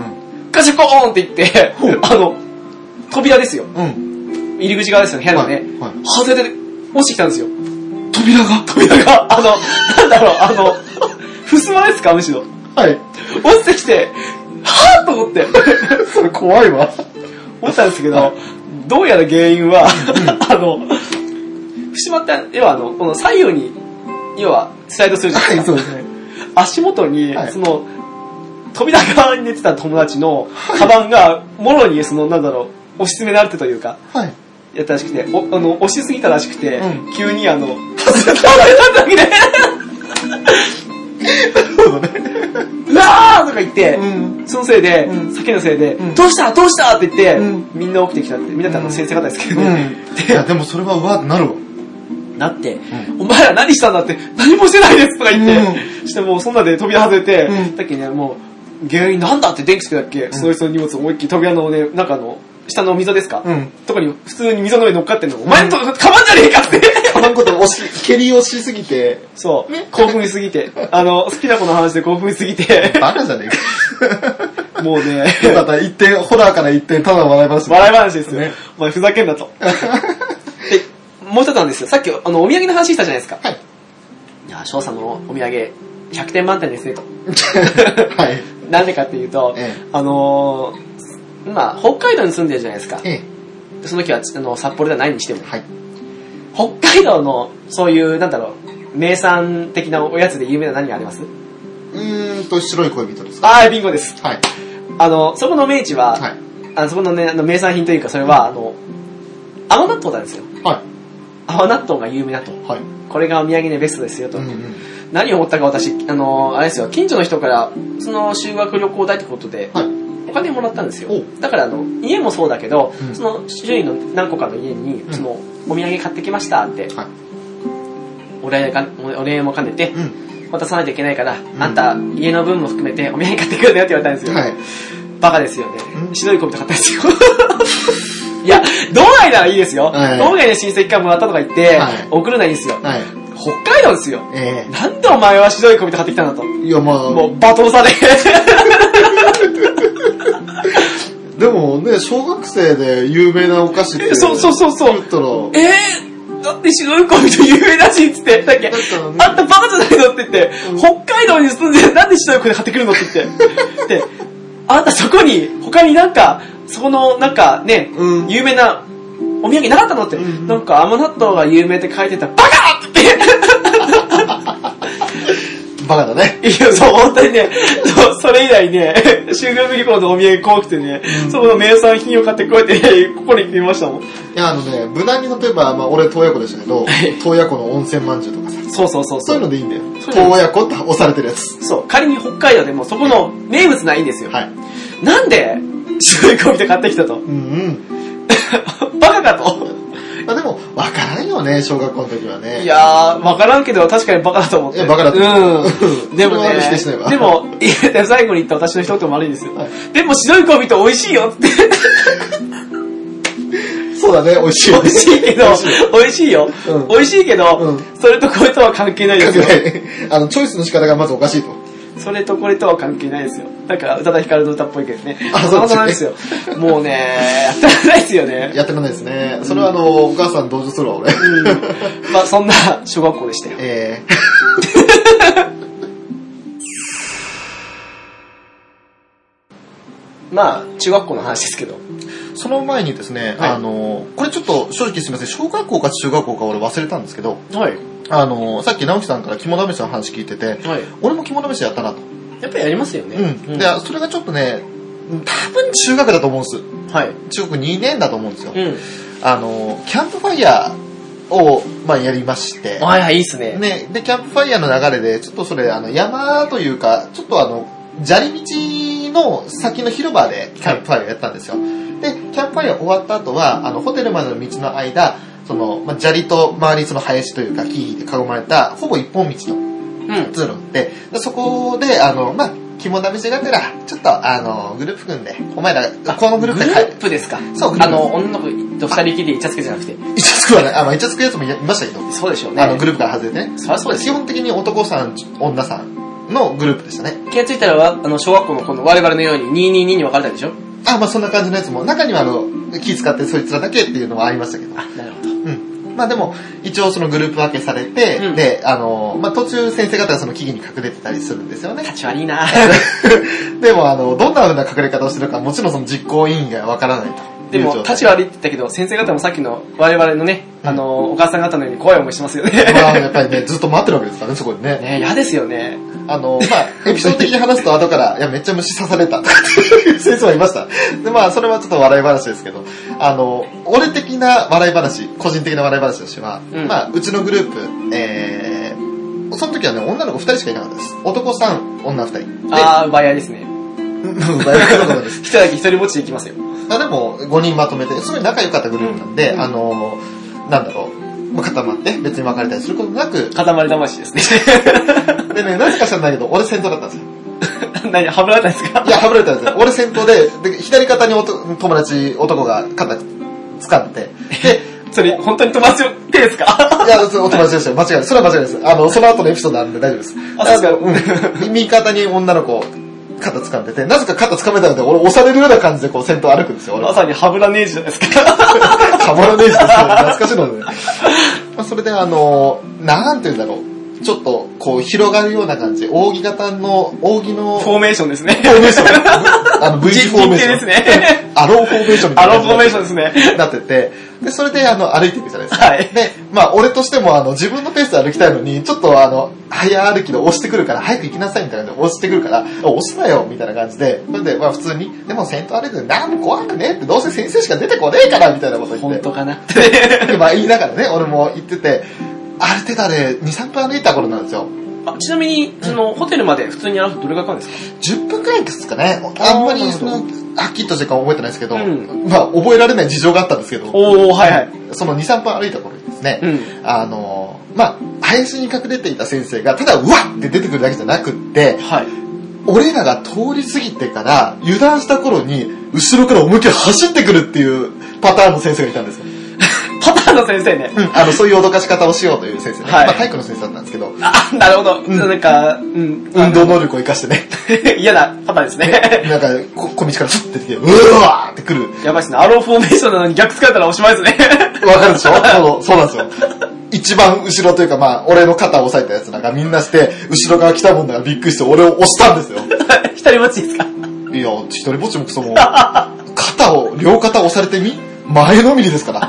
ガチャコーンって言って、あの、扉ですよ。うん、入り口側ですよね、部屋のね。はいはい、外れて落ちてきたんですよ。 扉が扉が、あの、なんだろう、あの、襖ですか、むしろ。 はい。 落ちてきて、はぁと思って。 それ怖いわ。 思ったんですけど、はい、どうやら原因は、あの、襖って、要はあの、この左右に、要はスライドするじゃないですか。はい、そうですね。足元に、はい、その、扉側に寝てた友達のカバンが、もろに、その、なんだろう、押し詰められてというか、はい、やったらしくて、おあの押しすぎたらしくて、うん、急にあの、倒れた時で、なるほどね。うわーとか言って、うん、そのせいで、うん、酒のせいで、うん、どうしたどうしたって言って、うん、みんな起きてきたって、みんなってあの先生方ですけどね。 うん、でいや、でもそれはうわーってなるわ。 なって、うん、お前ら何したんだって、何もしてないですとか言って、うん、してもうそんなで扉外れて、うん、だっけね、もう、原因なんだって電気つけたっけ、うん、その人の荷物を思いっきり扉のね、中の、下の溝ですか、うん、とかに普通に溝の上に乗っかってんの、お前のとこカバンじゃねえかってカバンこと押し蹴り押しすぎてそう、ね、興奮しすぎてあの好きな子の話で興奮しすぎてバカじゃねえかもうねよかった一点ホラーから一点ただの笑い話笑い話ですよね。お前ふざけんなとでもう一つなんですよ、さっきあのお土産の話したじゃないですか。はい。いや翔さんのお土産ひゃくてん満点ですねとはいなんでかっていうと、ええ、あのーまあ、北海道に住んでるじゃないですか。ええ、その時はあの札幌ではないにしても、はい、北海道のそういうなんだろう名産的なおやつで有名な何があります？ うーんと白い恋人ですか。 ああ、ビンゴです。はい。あのそこの名地は、はい、あのそこのねあの名産品というかそれは、うん、あの甘納豆なんですよ。はい。甘納豆が有名だと。はい。これがお土産でベストですよと。うんうん、何を思ったか私あのあれですよ、近所の人からその修学旅行代ってことで。はい、お金もらったんですよ。だからあの家もそうだけど、うん、その周囲の何個かの家に、うん、そのお土産買ってきましたって、はい、お礼かお礼も兼ねて、うん、渡さないといけないから、うん、あんた家の分も含めてお土産買ってくるんだよって言われたんですよ。はい、バカですよね。うん、白い小人買ったんですよ。いや道外ならいいですよ。はい、道外の親戚からもらったとか言って、はい、送るならいいですよ。はい、北海道ですよ。えー、なんでお前は白い小人買ってきたんだと。 いやまあもう罵倒され。 でもね、小学生で有名なお菓子って。 そうそうそうそう。 言ったら。 えー、だって白い恋人有名らしいっつって、だっけ、ね、あんたバカじゃないのって言って、うん、北海道に住んでなんで白い恋で買ってくるのって言って。で、あんたそこに、他になんか、そこのなんかね、うん、有名なお土産なかったのって、うん、なんか甘納豆が有名って書いてたら、バカって言って。 バカだね。 いや、そう、本当にね、そう、それ以来ね、修学旅行のお土産怖くてね、うん、その名産品を買ってこうやってね、ここに来てみましたもん。いや、あのね、無難に例えば、まあ、俺、洞爺湖でしたけど、洞爺湖の温泉まんじゅうとかさ。 そうそうそう。 そういうのでいいんだよ。洞爺湖って押されてるやつ。 そう、仮に北海道でもそこの名物ないんですよ。はい。なんで、白い恋人買ってきたと。うんうん。バカかと。 まあでも、わからんよね、小学校の時はね。 いやー、わからんけど、確かにバカだと思って。 いや、バカだと思う。うん。でもね、でも、最後に言った私の一言も悪いんですよ。はい、でも、白い恋人美味しいよって。 そうだね、美味しいよ、ね。 美味しいけど、美味しいよ。うん、美味しいけど、うん、それとこれとは関係ないですよ。 あの、チョイスの仕方がまずおかしいと。 それとこれとは関係ないですよ。なんか、宇多田ヒカルの歌っぽいけどね。あ、そうなんですよ。もうね、やってられないですよね。 やってられないですね。それはあの、お母さん同情するわ、俺。うん。 まあ、そんな小学校でしたよ。ええー。まあ、中学校の話ですけど。 その前にですね、はい、あの、これちょっと正直すみません、小学校か中学校か俺忘れたんですけど、はい。あの、さっき直樹さんから肝試しの話聞いてて、はい、俺も肝試しやったなと。 やっぱりやりますよね。 うん。で、それがちょっとね、多分中学だと思うんです。はい。中学にねんだと思うんですよ。うん。あの、キャンプファイヤーを、まあ、やりまして。 はいはい、いいっすね。 ね、で、キャンプファイヤーの流れで、ちょっとそれ、あの、山というか、ちょっとあの、砂利道の先の広場でキャンプファイヤーやったんですよ。はい、で、キャンプファイヤー終わった後は、あの、ホテルまでの道の間、その、まあ、砂利と周りその林というか木で囲まれた、ほぼ一本道の通路で、うん、そこで、あの、まあ、肝試しがてら、ちょっと、あの、グループ組んで、お前ら、このグループでグループですか。 そう、 あの、女の子と二人きりイチャつけじゃなくて。 イチャつくはね、あ、まあ、イチャつくやつもいましたけど。 そうでしょうね。 あの、グループから外れてね。 そりゃそうです。 基本的に男さん、女さんのグループでしたね。 気がついたら、あの、小学校のこの我々のようににひゃくにじゅうにに分かれたでしょ。 あ、まあ、そんな感じのやつも、中にはあの、気使ってそいつらだけっていうのはありましたけど。 あ、なるほど。 うん。まあでも、一応そのグループ分けされて、うん、で、あの、まあ途中先生方がその木々に隠れてたりするんですよね。 立ち悪いなでも、あの、どんな風な隠れ方をしてるか、もちろんその実行委員が分からないと。 でも、立ち悪いって言ったけど、先生方もさっきの我々のね、あの、お母さん方のように怖い思いしてますよね。 まあ、やっぱりね、ずっと待ってるわけですからね、そこにね。 ね、嫌ですよね。 あの、まあ、エピソード的に話すと後から、いや、めっちゃ虫刺されたとかっていう先生はいました。で、まあ、それはちょっと笑い話ですけど、あの、俺的な笑い話、個人的な笑い話としては、うん、まあ、うちのグループ、えー、その時はね、女の子ふたりしかいなかったです。男さん、女ふたり。 あー、奪い合いですね。 奪い合いのことです。 一人だけ一人ぼっちで行きますよ。 あでも、ごにんまとめて、すごい仲良かったグループなんで、うん、あの、なんだろう、まあ、固まって別に別れたりすることなく。 固まり魂ですね。 でね、なぜか知らないけど、俺先頭だったんですよ。 何、 はぶられたんですか？ いや、はぶられたんですよ。俺先頭で、で左肩におと友達、男が肩掴んで、で、 それ、本当に友達の手ですか？ いや、お友達ですよ。間違いない。それは間違いないです。あの、その後のエピソードあるんで大丈夫です。 あ、そうですか？ うん。右肩に女の子、肩掴んでて、なぜか肩掴めたので、俺押されるような感じでこう先頭歩くんですよ。 まさにハブラネージじゃないですか。 ハブラネージですよ。懐かしいので、ね。まあ、それであの、なんて言うんだろう。ちょっと、こう、広がるような感じ。扇形の、扇の。 フォーメーションですね。 フォーメーション。あの、V 字フォーメーション。 ですね。 アローフォーメーションみたいな。 アローフォーメーションですね。 なってて。で、それで、あの、歩いていくじゃないですか。 はい。 で、まあ、俺としても、あの、自分のペースで歩きたいのに、ちょっと、あの、早歩きで押してくるから、早く行きなさいみたいな感じで押してくるから、押すなよみたいな感じで、それで、まあ、普通に、でも先頭歩くのなんも怖くねって、どうせ先生しか出てこねえから、みたいなこと言って。 本当かな。 で、まあ、言いながらね、俺も言ってて、ある程度あれ、に、さんぷん歩いた頃なんですよ。 あ、ちなみに、その、ホテルまで普通に歩くとどれがかかるんですか？ じゅっぷんくらいですかね。あんまり、その、はっきりと時間覚えてないですけど、うん、まあ、覚えられない事情があったんですけど、 おー、はいはい。 そのに、さんぷん歩いた頃にですね、 うん、 あの、まあ、林に隠れていた先生が、ただ、うわっって出てくるだけじゃなくって、はい、俺らが通り過ぎてから、油断した頃に、後ろから思いっきり走ってくるっていうパターンの先生がいたんですよ。 パターあの先生ね。 うん、あの、そういう脅かし方をしようという先生ね。はい、まあ、体育の先生だったんですけど。 あ、なるほど。うん、なんか、うん。 運動能力を生かしてね。 嫌なパパですね。 なんか、こ小道からシュッて出てきて、うわーって来る。 やばいっすね。アローフォーメーションなのに逆使えたらおしまいですね。 わかるでしょ？そう、そうなんですよ。一番後ろというか、まあ、俺の肩を押さえたやつなんかみんなして、後ろから来たもんだからびっくりして俺を押したんですよ。 一人ぼっちですか？ いや、一人ぼっちもクソも。肩を、両肩押されてみ前のめりですから。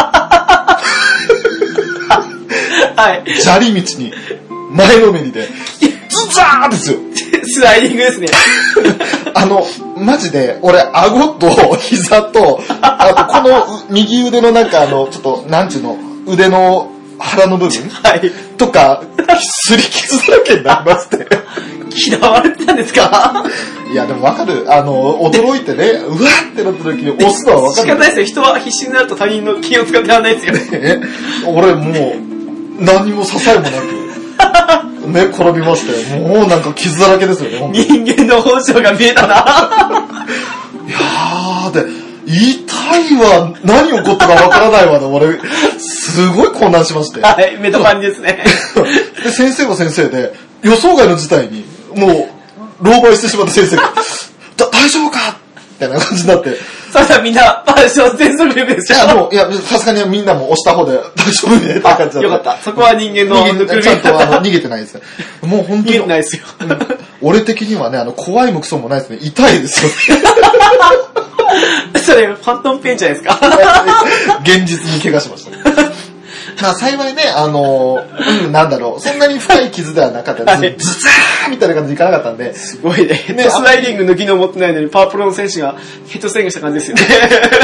はい。 砂利道に、前のめりで、ズザーですよ。 スライディングですね。 あの、マジで、俺、顎と膝と、あとこの右腕のなんかあの、ちょっと、なんちゅうの、腕の腹の部分、はい、とか、すり傷だらけになりまして。 嫌われてたんですか？ いや、でもわかる。あの、驚いてね、うわーってなった時に押すのはわかる。 仕方ないですよ。人は必死になると他人の気を使ってやらないですよね。 俺もう、何も支えもなく、ね、転びまして、もうなんか傷だらけですよね。 人間の本性が見えたな。 いやー、で、痛いわ、何起こったかわからないわね、俺、すごい混乱しまして。 はい、メトパンですね。 で、先生は先生で、予想外の事態に、もう、狼狽してしまった先生が、だ、大丈夫かみたいな感じになって。 そしたらみんな、パーション全速力ですよ。 いや、もう、いや、さすがにみんなも押した方で大丈夫ねって感じだった。 よかった。そこは人間の抜けちゃんとあの逃げてないですよ。もう本当に。 逃げてないですよ。 うん、俺的にはね、あの、怖いもクソもないですね。痛いですよ。 それ、ファントムペインじゃないですか。 現実に怪我しましたね。まあ幸いね、あのー、うん、なんだろう、そんなに深い傷ではなかったです。はい、ズザーみたいな感じでいかなかったんで。 すごいね。ヘッドスライディング抜きの持ってないのに、パワープロの選手がヘッドスライディングした感じですよね。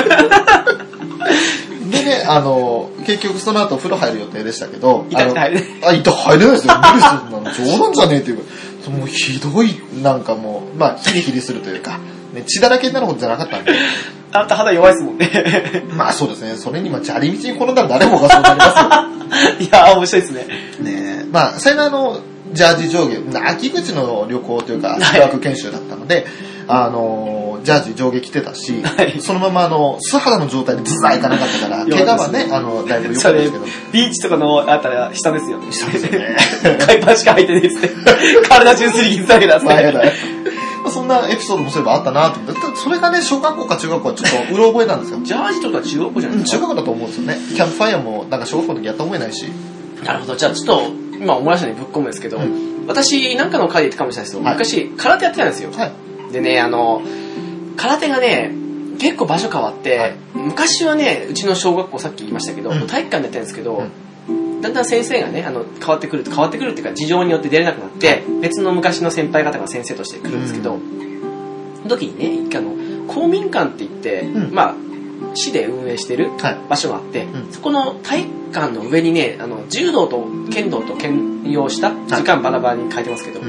でね、あのー、結局その後風呂入る予定でしたけど、 痛くて入れない。 あ、痛く入れないですよ。無理するの冗談じゃねえっていうか、もうひどい、なんかもう、まあ、ヒリヒリするというか、ね、血だらけになることじゃなかったんで。 あなた肌弱いですもんね。 まあそうですね。それにまあ砂利道に転んだら誰もがそうなりますよ。いやー面白いですね。 ねえ。まあ、幸いあの、ジャージ上下、秋口の旅行というか、宿泊研修だったので、はい、あの、ジャージ上下着てたし、はい、そのままあの、素肌の状態でズザーいかなかったから、怪我はね、あの、だいぶ良かったですけど。 ビーチとかのあったら下ですよね。 下ですよね。 海パンしか履いてないですね。体中すり傷だけだね。 そんなエピソードもそういえばあったなと思って、それがね、小学校か中学校はちょっとうろ覚えなんですよ。 ジャージとか中学校じゃないですか？ 中学校だと思うんですよね。キャンプファイヤーもなんか小学校の時やった覚えないし。 なるほど。じゃあちょっと、今思い出したようにぶっ込むんですけど、うん、私なんかの回で言ったかもしれないですけど、はい、昔空手やってたんですよ。はい、でね、あの、空手がね、結構場所変わって、はい、昔はね、うちの小学校さっき言いましたけど、うん、体育館でやってるんですけど、うんだんだん先生がね、あの、変わってくる、変わってくるっていうか、事情によって出れなくなって、別の昔の先輩方が先生として来るんですけど、うん、その時にね、あの、公民館って言って、うん、まあ、市で運営してる場所があって、はいうん、そこの体育館の上にね、あの、柔道と剣道と兼用した、時間バラバラに書いてますけど、はい、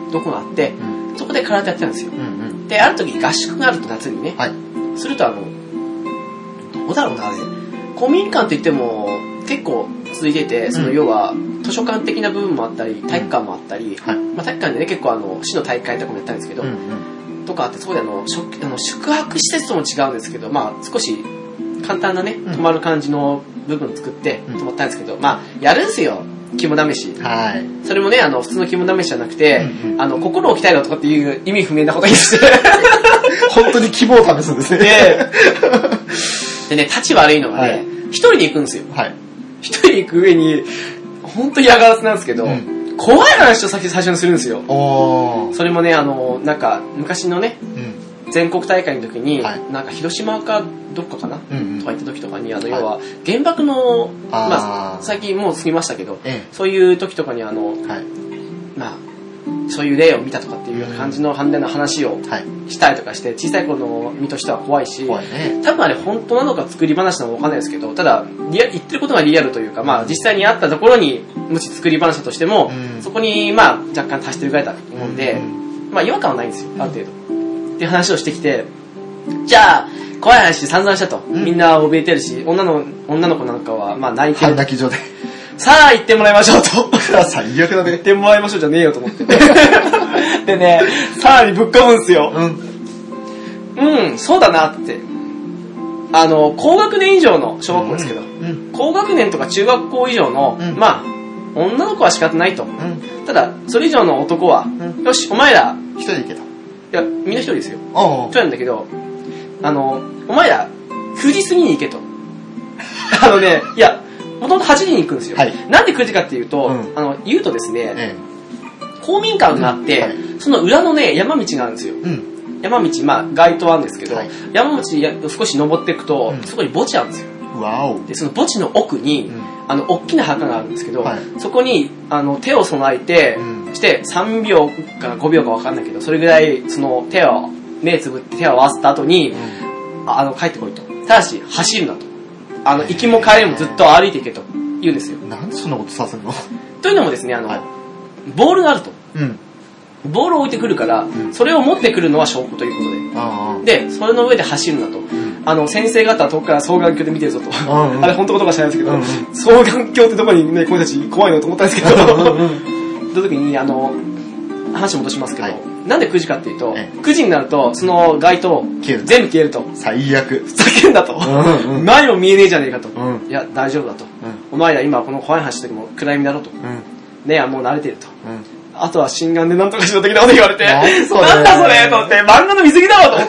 どこがあって、うん、そこで空手やってたんですよ。うんうん、で、ある時合宿があると夏にね、はい、するとあの、どうだろうな、あれ、公民館って言っても、結構、続いてて、その要は図書館的な部分もあったり体育館もあったり、はいまあ、体育館でね結構あの市の大会とかもやったんですけど、うんうん、とかあってそこであのあの宿泊施設とも違うんですけど、まあ、少し簡単なね泊まる感じの部分を作って泊まったんですけど、まあやるんですよ肝試し、はい、それもねあの普通の肝試しじゃなくて、うんうん、あの心を鍛えろとかっていう意味不明なことにして本当に肝を試すんですね。 で, でね立ち悪いのがね一、はい、人で行くんですよ。はい一人行く上に、ほんと嫌がらせなんですけど、うん、怖い話を先最初にするんですよ。それもね、あの、なんか、昔のね、うん、全国大会の時に、はい、なんか広島かどっかかな、うんうん、とか行った時とかに、あの、要は、原爆の、まあ、最近もう過ぎましたけど、ええ、そういう時とかに、あの、はい、まあ、そういう例を見たとかっていう感じの判断の話をしたりとかして、小さい頃の身としては怖いし、怖いね、多分あれ本当なのか作り話なのかわかんないですけど、ただリア言ってることがリアルというか、まあ実際にあったところにもし作り話だとしても、うん、そこにまあ若干足してるぐらいだと思うんで、うん、まあ違和感はないんですよ、ある程度。っていう話をしてきて、じゃあ怖い話散々したと、うん、みんな怯えてるし、女の女の子なんかはまあ泣いてる。 半泣き状態。 さあ行ってもらいましょうと。 最悪だね。 行ってもらいましょうじゃねえよと思って。でね、さらにぶっ込むんすよ。うん。うん、そうだなって。 あの、高学年以上の小学校ですけど、 うんうん、 高学年とか中学校以上の、うん、まあ、女の子は仕方ないと。うん、ただ、それ以上の男は、うん、よし、お前ら、 一人で行けと。いや、みんな一人ですよ。一人なんだけど、あの、お前ら、くじ過ぎに行けと。あのね、いや、もともとはちじに行くんですよ。はい、なんでくじかっていうと、うん、あの、言うとですね、ええ、公民館があって、うんはい、その裏のね、山道があるんですよ。うん、山道、まあ、街灯あるんですけど、はい、山道少し登っていくと、うん、そこに墓地あるんですよ。 わお。 で、その墓地の奥に、うん、あの、大きな墓があるんですけど、はい、そこに、あの、手を備えて、うん、して、さんびょうかごびょうかわかんないけど、それぐらい、その、手を、目つぶって手を合わせた後に、うん、あの、帰ってこいと。ただし、走るなと。あの、行きも帰りもずっと歩いていけと言うんですよ。 なんでそんなことさせるのというのもですね、あの、はい、ボールがあると。うん、ボールを置いてくるから、うん、それを持ってくるのは証拠ということで。で、それの上で走るなと。うん、あの、先生方は遠くから双眼鏡で見てるぞと。うんうん、あれ本当かどうか知らないですけど、うんうん、双眼鏡ってどこにね、この人たち怖いのと思ったんですけど、その時に、あの、話戻しますけど、はい、なんでくじかっていうと、くじになると、その街灯、全部消えると。 最悪。 ふざけんなと。うんうん、前も見えねえじゃねえかと。うん、いや、大丈夫だと。うん、お前ら今この怖い話の時も暗闇だろと。うん、ねえ、もう慣れてると。うん、あとは心眼でなんとかしろ的なこと言われて、なんだそれと思って、漫画の見過ぎだろと思って、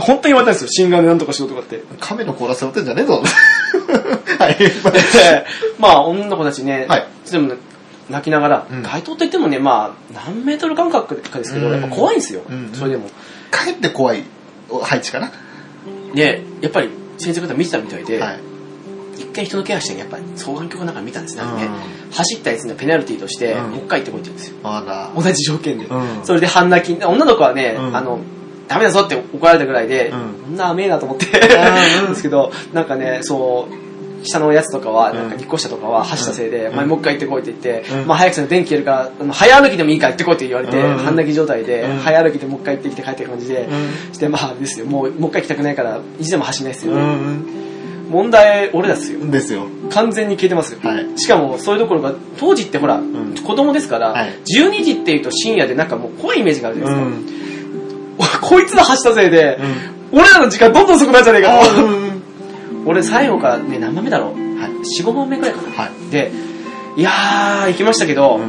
本当に言われたんですよ、心眼でなんとかしろとかって。 亀の甲羅背負ってんじゃねえぞ。はい。 まあ、女の子たちね、はい、でもね、泣きながら、うん、街灯といってもね、まあ、何メートル間隔かですけど、うん、やっぱ怖いんですよ、うん、それでも。 かえって怖い配置かな。 で、やっぱり先生方見てたみたいで、はい、一回人のケアしてやっぱり双眼鏡かなんか見たんですね。うん、走ったやつのペナルティとして、うん、もう一回行ってこいって言うんですよ。あら同じ条件で。うん、それで半泣き、女の子はね、うん、あの、ダメだぞって怒られたぐらいで、こんな甘えなと思ってですけど、なんかね、そう、下のやつとかは、なんかにこ下とかは走ったせいで、うん、お前もう一回行ってこいって言って、うん、まあ早くその電気消えるから、早歩きでもいいから行ってこいって言われて、うん、半泣き状態で、うん、早歩きでもう一回行ってきて帰ってく感じで、うん、して、まあですよ、もう、もう一回行きたくないから、意地でも走んないですよ。うん、問題、俺らですよ。 ですよ。 完全に消えてますよ。はい、しかも、そういうところが、当時ってほら、うん、子供ですから、はい、じゅうにじって言うと深夜でなんかもう怖いイメージがあるじゃないですか。うん、こいつら走ったせいで、うん、俺らの時間どんどん遅くなるじゃねえかと。俺最後からね、何番目だろう、はい、よん、ごばんめくらいかな、はい、で、いやー行きましたけど、うん、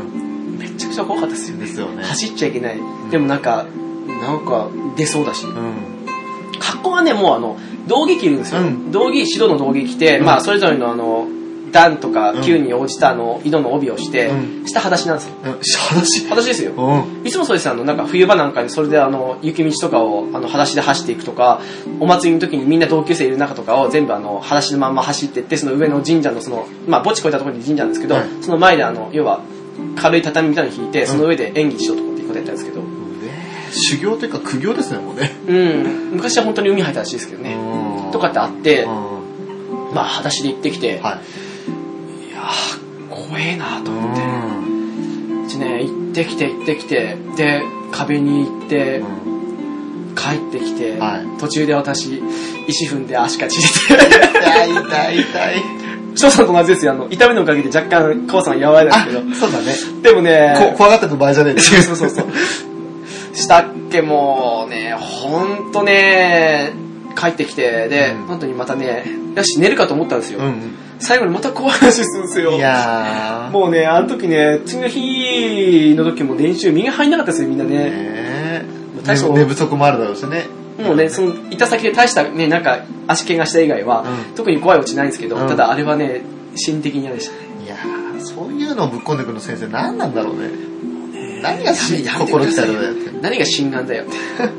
めちゃくちゃ怖かったですよね。 ですよね。 走っちゃいけない、うん、でもなんかなんか出そうだし、うん、格好はね、もうあの道着着るんですよ、うん、道着、白の道着着て、うん、まあそれぞれのあの段とか級に応じたあの井戸の帯をして、うん、下裸足なんですよ。 うん、裸足？ 裸足ですよ。うん、いつもそうです。あのなんか冬場なんかにそれであの雪道とかをあの裸足で走っていくとか、お祭りの時にみんな同級生いる中とかを全部あの裸足のまんま走っていって、その上の神社のそのまあ墓地越えたところに神社なんですけど、はい、その前であの要は軽い畳みたいなの引いて、その上で演技しようとかっていうことやったんですけど、うん、 修行というか苦行ですねもうね。 うん。昔は本当に海入ったらしいですけどね。とかってあって、まあ裸足で行ってきて。はい、怖えなと思って、うちね、行ってきて行ってきて、で壁に行って、うん、帰ってきて、はい、途中で私石踏んで足がちぎれて痛い痛い痛い。 翔さんと同じですよ。あの痛みのおかげで若干怖さが和らいだんですけど。 そうだね。 でもね、 怖がってる場合じゃねえですそうそうそうしたっけもうね、ほんとね、帰ってきて、で、うん、本当にまたね、よし寝るかと思ったんですよ。うんうん、最後にまた怖い話するんですよ。 いやもうね、あの時ね、次の日の時も練習、身が入んなかったですよ、みんなね。 ね大した寝不足もあるだろうしね。 もうね、その、行った先で大したね、なんか、足怪我した以外は、うん、特に怖い落ちないんですけど、うん、ただあれはね、心理的に嫌でしたね。 いやー、そういうのをぶっ込んでくる先生、何なんだろうね。ね何が心鍛えるのやって。 何が心眼だよって。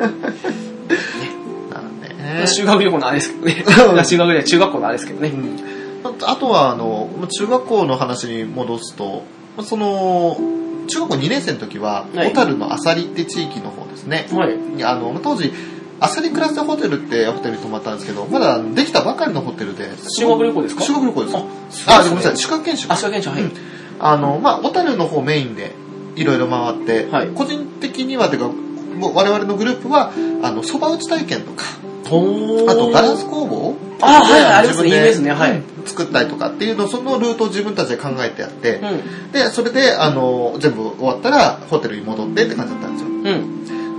ね、 修学旅行のあれですけどね。修学旅行、中学校のあれですけどね。 うん、あとは、あの、中学校の話に戻すと、その、中学校にねん生の時は、はい、小樽の朝里って地域の方ですね。はい。あの、当時、朝里クラスターホテルってホテルに泊まったんですけど、まだできたばかりのホテルで。 修学旅行ですか？ 修学旅行です。あ、あ、ごめんなさい、宿泊研修。 あ、宿泊研修、はい。うん、 あの、まあ、小樽の方メインで、いろいろ回って、はい、個人的には、てか、我々のグループは、あの、蕎麦打ち体験とか、あとガラス工房あ、はい、ありますね、いいですね、はい。 作ったりとかっていうの、そのルートを自分たちで考えてやって、うん、で、それで、あの、全部終わったら、ホテルに戻ってって感じだったんですよ。うん、で、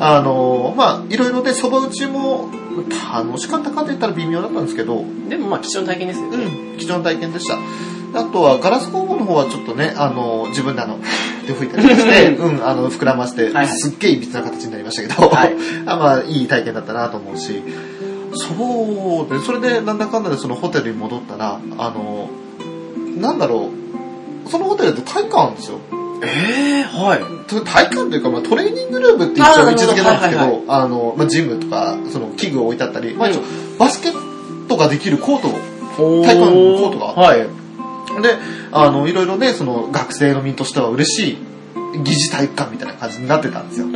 あの、まあ、いろいろで蕎麦打ちも楽しかったかと言ったら微妙だったんですけど。 でもまあ貴重な体験ですよね。 うん、貴重な体験でした。あとはガラス工房の方はちょっとね、あの、自分であの、で吹いたりして、うん、あの、膨らまして、はいはい、すっげえいびつな形になりましたけど、はい、あまあ、いい体験だったなと思うし、そうで、それでなんだかんだでそのホテルに戻ったら、あの、なんだろう、そのホテルって体育館あるんですよ。 ええー、はい。 体育館というか、まあ、トレーニングルームって言っちゃ位置づけなんですけど、はいはいはい、あの、まあ、ジムとか、その器具を置いてあったり、まあ、一応、バスケットができるコート、体育館のコートがあって、はい、で、あの、いろいろね、その、学生の身としては嬉しい、疑似体育館みたいな感じになってたんですよ。うんうん、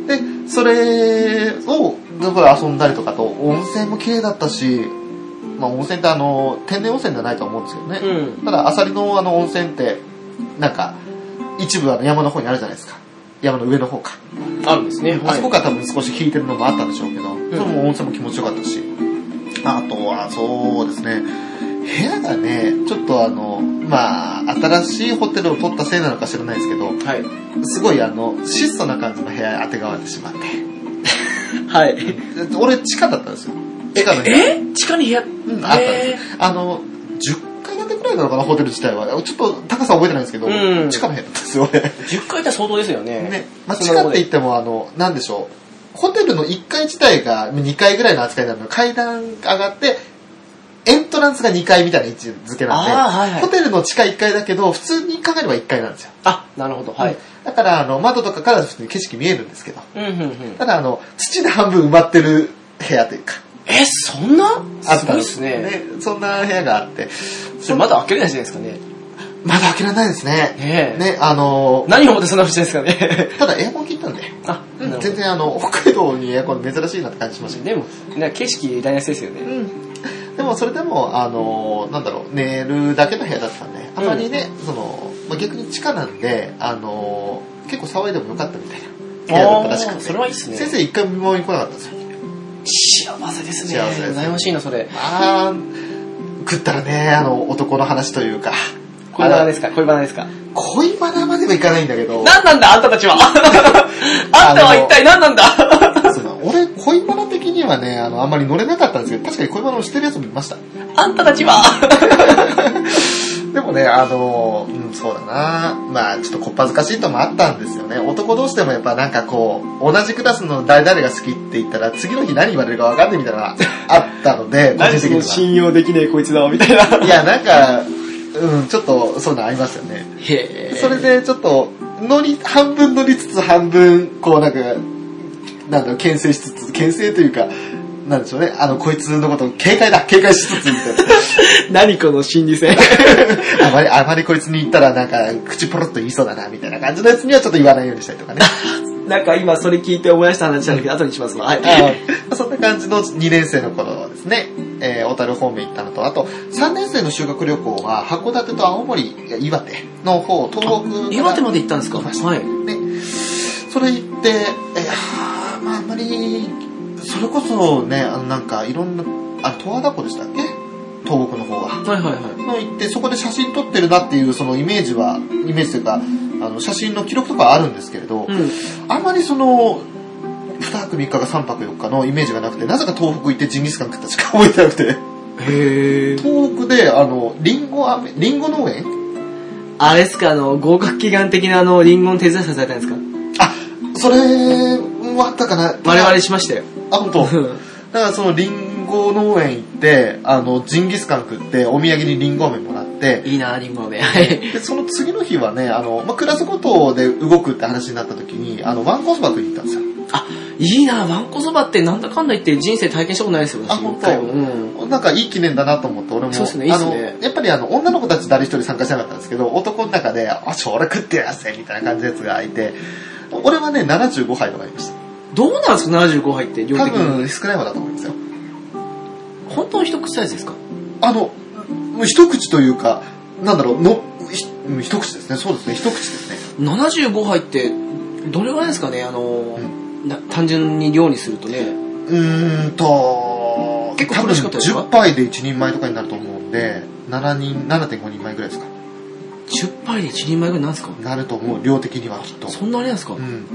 で、それを、どこで遊んだりとかと、温泉も綺麗だったし、まあ、温泉ってあの、天然温泉じゃないと思うんですけどね。うん、ただ、アサリのあの温泉って、なんか、一部あの山の方にあるじゃないですか。山の上の方か。 あるんですね。 あそこから多分少し引いてるのもあったんでしょうけど、うん、それも温泉も気持ちよかったし。あとは、そうですね、部屋がね、ちょっとあの、まあ、新しいホテルを取ったせいなのか知らないですけど、はい、すごいあの、質素な感じの部屋に当てがわれてしまって。はい。俺、地下だったんですよ。地下の部屋。 え地下に部屋、 うん、あったんです。あの、じゅっかい建てくらいなのかな、ホテル自体は。ちょっと高さ覚えてないんですけど、うん、地下の部屋だったんですよ、俺。 じゅっかいって相当ですよね。ね。 まあ、地下って言っても、あの、なんでしょう。ホテルのいっかい自体がにかいぐらいの扱いなので、階段上がって、エントランスがにかいみたいな位置づけなんで、はいはい、ホテルの地下いっかいだけど、普通に考えればいっかいなんですよ。 あ、なるほど。はい。 だから、あの、窓とかから普通に景色見えるんですけど、うんうんうん、ただ、あの、土で半分埋まってる部屋というか。 え、そんなすごいですね。 ね、そんな部屋があって。 それ窓開けれないじゃないですかね。 まだ開けられないですね。ねね、あのー、 何を思ってそんなことしてるんですかね。 ただエアコン切ったんで。あ、うん、全然あの、北海道にエアコン珍しいなって感じしました。 でも、ね、景色台無しですよね。うん。 でもそれでも、あのー、なんだろう、寝るだけの部屋だったんで、あまりね、うん、その、まあ、逆に地下なんで、あのー、結構騒いでもよかったみたいな部屋だったらしくて。 それはいいっすね。 先生一回も来なかったんですよ。 幸せですね。 幸せです。 羨ましいな、それ。 あー、食ったらね、あの、男の話というか。 恋バナですか恋バナですか恋バナまではいかないんだけど。 何なんだあんたたちは。あんたは一体何なんだ。 そうだ、俺、恋バナ的にはね、あの、あんまり乗れなかったんですけど、確かに恋バナをしてるやつもいました。 あんたたちは。 でもね、あの、うん、そうだな。まあ、ちょっとこっぱずかしいともあったんですよね。男同士でもやっぱなんかこう、同じクラスの誰々が好きって言ったら、次の日何言われるか分かんないみたいなのがあったので、 何その信用できねえこいつだわ、みたいな。 いや、なんか、うん、ちょっとそういうのありますよね。へー。それでちょっと、乗り、半分乗りつつ半分、こうなんか、なんだろう、牽制しつつ、牽制というか、なんでしょうね。あの、こいつのことを警戒だ警戒しつつみたいな。 何この心理戦。 あまり、あまりこいつに言ったらなんか、口ポロッと言いそうだな、みたいな感じのやつにはちょっと言わないようにしたりとかね。 なんか今それ聞いて思い出した話なんだけど、後にしますわ。はい。 あそんな感じのにねん生の頃ですね。えー、小樽方面行ったのと、あと、さんねん生の修学旅行は、函館と青森、岩手の方、東北。 岩手まで行ったんですか？ はい。ね。それ行って、えー、まああんまり、それこそね、あのなんかいろんな、あ、十和田湖でしたっけ？東北の方は。 はいはいはい。 の行って、そこで写真撮ってるなっていうそのイメージは、イメージというか、あの写真の記録とかはあるんですけれど、うん、あんまりその、にはくみっかかさんぱくよっかのイメージがなくて、なぜか東北行ってジンギスカン食ったしか覚えてなくて。へー。東北で、あの、リンゴ飴、リンゴ農園？ あれですか、あの、合格祈願的なあの、リンゴの手伝いさせたんですか？ あ、それもあったかな。 我々しましたよ。 あ、本当。だからそのリンゴ農園行って、あの、ジンギスカン食って、お土産にリンゴ飴もらって、 いいな、リンゴ飴。はい。 で、その次の日はね、あの、まあ、クラスごとで動くって話になった時に、あの、ワンコそば食いに行ったんですよ。 あ、いいな、ワンコそばってなんだかんだ言って人生体験したことないですよ。 あ、本当。うん。なんかいい記念だなと思って、俺も。 そうですね、いいですね。 あの、やっぱりあの、女の子たち誰一人参加しなかったんですけど、男の中で、あ、ちょ、俺食ってやせみたいな感じのやつがいて、俺はね、ななじゅうごはいとかありました。 どうなんですか、ななじゅうごはいって量的に。 多分少ない方だと思いますよ。 本当の一口サイズですか？ あの、一口というか、なんだろう、の、一口ですね。そうですね、一口ですね。 ななじゅうごはいって、どれぐらいですかね、あの、うん、な単純に量にするとね。 うーんと、 結構苦しかったですか？ じゅっぱいでいちにんまえとかになると思うんで、ななにん、ななてんごにんまえぐらいですか。 じゅっぱいでいちにんまえぐらいなんですか？ なると思う、量的にはきっと。 そんなあれなんですか？ うん。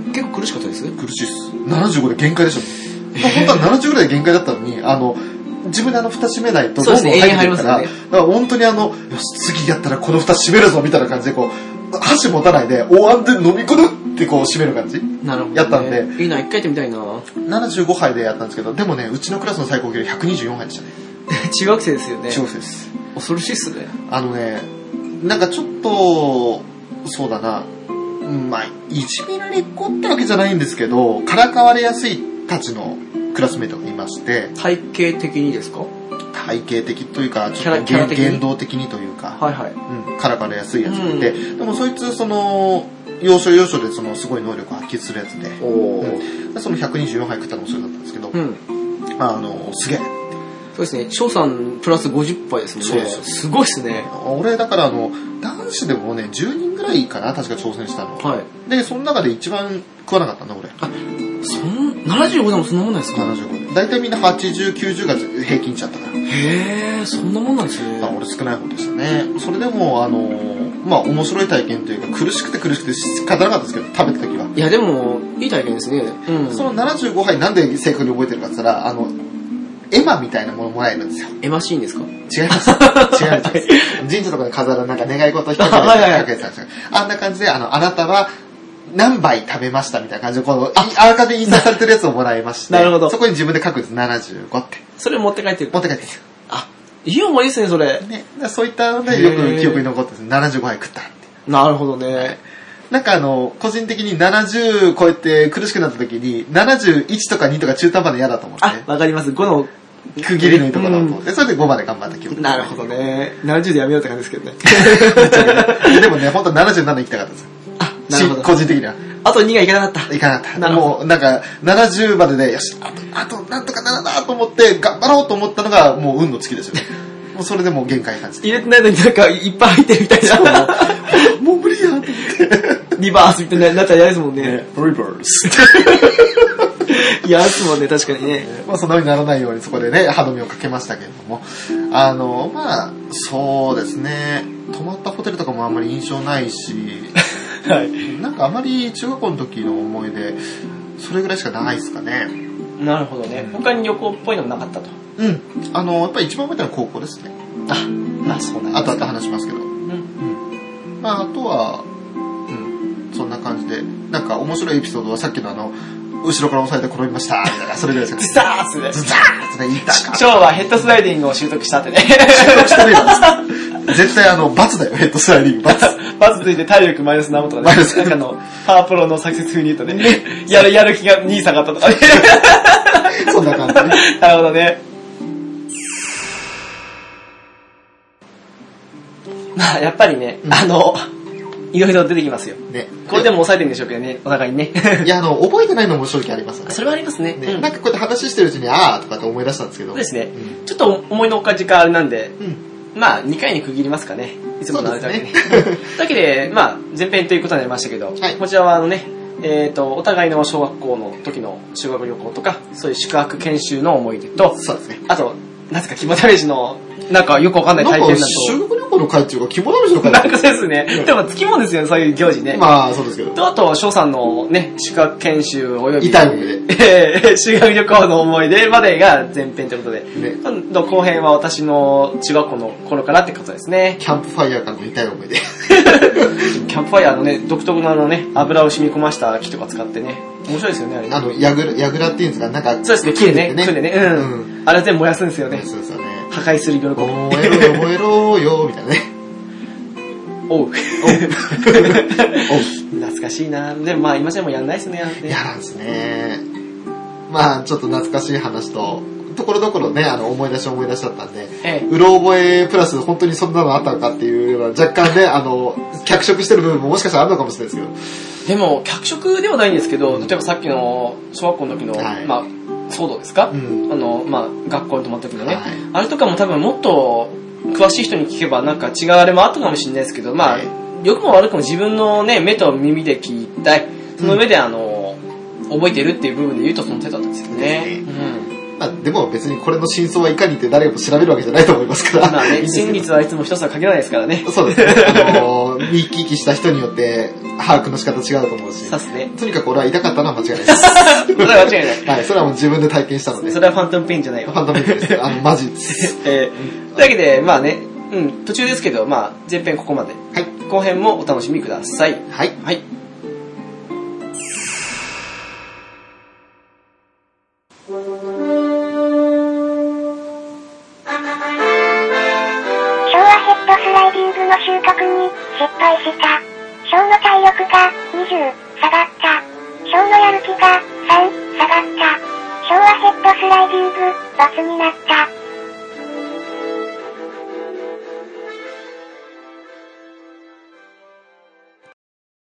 結構苦しかったです？ 苦しいっす。ななじゅうごで限界でしたもん。本当はななじゅうぐらいで限界だったのに、あの、自分であの蓋閉めないとどんどん入ってくるから、ね、だから本当にあの、よし、次やったらこの蓋閉めるぞみたいな感じでこう、箸持たないで、お椀で飲み込むってこう閉める感じ。 なるほど、ね。 やったんで。 いいな、一回やってみたいな。 ななじゅうごはいでやったんですけど、でもね、うちのクラスの最高記録ひゃくにじゅうよんはいでしたね。 中学生ですよね。 中学生です。 恐ろしいっすね。 あのね、なんかちょっと、そうだな、まあ、いじめられっ子ってわけじゃないんですけど、からかわれやすいたちのクラスメイトがいまして。 体型的にですか？ 体型的というか、ちょっと言動的にというか、 はいはい。 うん、からかわれやすいやつがいて、うん、でもそいつ、その、要所要所でそのすごい能力を発揮するやつで、おうん、そのひゃくにじゅうよんはい食ったのもそれだったんですけど、うん、あの、すげえ。 そうですね、翔さんプラスごじゅっぱいですもんね。そうです。すごいっすね。 俺、だからあの、男子でもね、じゅうにんぐらいかな、確か挑戦したの。はい。で、その中で一番食わなかったんだ、俺。 あ、そん、ななじゅうごでもそんなもんなんですか？ ななじゅうご。大体みんなはちじゅう、きゅうじゅうが平均値だったから。 へー、そんなもんなんですね。 俺少ない方でしたね。それでも、あの、まあ面白い体験というか、苦しくて苦しくて仕方なかったですけど、食べた時は。 いや、でも、いい体験ですね。 うん。そのななじゅうごはいなんで正確に覚えてるかって言ったら、あの、エマみたいなものもらえるんですよ。 エマシーンですか？ 違います。違います。神社とかで飾るなんか願い事を一人でかけてたんですよ。あんな感じで、あの、あなたは何杯食べましたみたいな感じで、この、あらかじめ印刷されてるやつをもらいまして、なるほど。そこに自分で書くんです、ななじゅうごって。 それを持って帰ってる？ 持って帰ってる。 あ、いい思いですね、それ。 ね。そういったので、よく記憶に残ってます。ななじゅうごはい食ったって。 なるほどね。 なんかあの、個人的にななじゅう超えて苦しくなった時に、ななじゅういちとかにとか中途半端で嫌だと思って。 あ、わかります。ごの区切りのいいところだと思って、それでごまで頑張った記憶。 なるほどね。ななじゅうでやめようって感じですけどね。 でもね、本当はななじゅうなな行きたかったです。 あ、なるほど。 個人的には。 あとにがいかなかった。 いかなかった。もう、なんか、ななじゅうまでで、よし、あと、あと、なんとかならなと思って、頑張ろうと思ったのが、もう運の尽きですよね。もうそれでもう限界感じて。 入れてないのになんか、いっぱい入ってるみたいな。 もう無理やと思って。 リバースみたいになったら嫌ですもんね。 ね、リバース。 嫌ですもんね、確かにね。 まあ、そのようにならないようにそこでね、歯止めをかけましたけれども。あの、まあ、そうですね。泊まったホテルとかもあんまり印象ないし、はい。なんかあまり中学校の時の思い出、それぐらいしかないですかね。 なるほどね。他に旅行っぽいのもなかったと。 うん。あの、やっぱり一番覚えてるのは高校ですね。 あ、まあそうなんですか。 あとあと話しますけど。うん。うん。まあ、あとは、うん。そんな感じで、なんか面白いエピソードはさっきのあの、後ろから押されて転びました、みたいな、それぐらいですか。 ズザーッすね。 ズザーッってね、言ったか。 今日はヘッドスライディングを習得したってね。 習得してねえよ。絶対あの、罰だよ、ヘッドスライディング。罰。 罰ついて体力マイナス何もとかね。マイナス。なんかの、パワープロの作説風に言うとね、やる、やる気がに下がったとかね。 そんな感じね。 なるほどね。まあ、やっぱりね、うん、あの、いろいろ出てきますよ。ね。これでも抑えてるんでしょうけどね、お互いにね。 いや、あの、覚えてないのも正直ありますよね。 それはありますね。 ね、うん、なんかこうやって話してるうちに、あーとかって思い出したんですけど。 そうですね。うん、ちょっと思いのほか時間あれなんで、うん、まあ、にかいに区切りますかね。いつものあれだけね。というわけで、まあ、前編ということになりましたけど、はい、こちらはあのね、えっと、お互いの小学校の時の修学旅行とか、そういう宿泊研修の思い出と、 そうですね。 あと、なぜか肝試しの、なんかよくわかんない体験だと。 修学旅行の会っていうか、肝試しの会なんかそうですね。でも、つきもんですよね、そういう行事ね。 まあ、そうですけど。 と、あと、翔さんのね、宿泊研修および、 痛い思い出。 えー、修学旅行の思い出までが前編ということで、ね、今度後編は私の中学校の頃からってことですね。 キャンプファイヤーからの痛い思い出。 キャンプファイヤーのね、独特なあのね、油を染み込ました木とか使ってね、面白いですよね、あれ。 あの、やぐら、やぐらっていうんですか、なんか、 そうですね、木でね、木でね、うん。あれ全部燃やすんですよね。 そうですよね。 破壊する喜び。 燃えろよ、燃えろよ、みたいなね。 おう。おう。懐かしいな。でもまあ今じゃもうやんないですね。 やらんですね。まあちょっと懐かしい話と、ところどころね、あの思い出し思い出しちゃったんで、ええ、うろ覚えプラス本当にそんなのあったのかっていうような若干ね、あの、脚色してる部分ももしかしたらあるのかもしれないですけど。でも、脚色ではないんですけど、例えばさっきの小学校の時の、はい、まあ、騒動ですか、うん、あの、まあ、学校に泊まった時のね、はい、あれとかも多分もっと詳しい人に聞けばなんか違うあれもあったかもしれないですけど、まあ、はい、良くも悪くも自分のね、目と耳で聞いたい、その上であの、うん、覚えてるっていう部分で言うとその手だったんですよね。 うん、まあ、 あでも別にこれの真相はいかにって誰も調べるわけじゃないと思いますから。 まあね、真実はいつも一つは限らないですからね。 そうですね。あのー、見聞きした人によって把握の仕方違うと思うし。 そうですね。 とにかく俺は痛かったのは間違いないです。 それは間違いない。 はい、それはもう自分で体験したので。 それはファントムペインじゃないよ。 ファントムペインです。あの、マジです。 えー、というわけで、まあね、うん、途中ですけど、まあ、前編ここまで。 はい。 後編もお楽しみください。 はい。 はい。 の収穫に失敗した。ショーの体力がにじゅう下がった。ショーのやる気がさん下がった。ショーはヘッドスライディング×になった。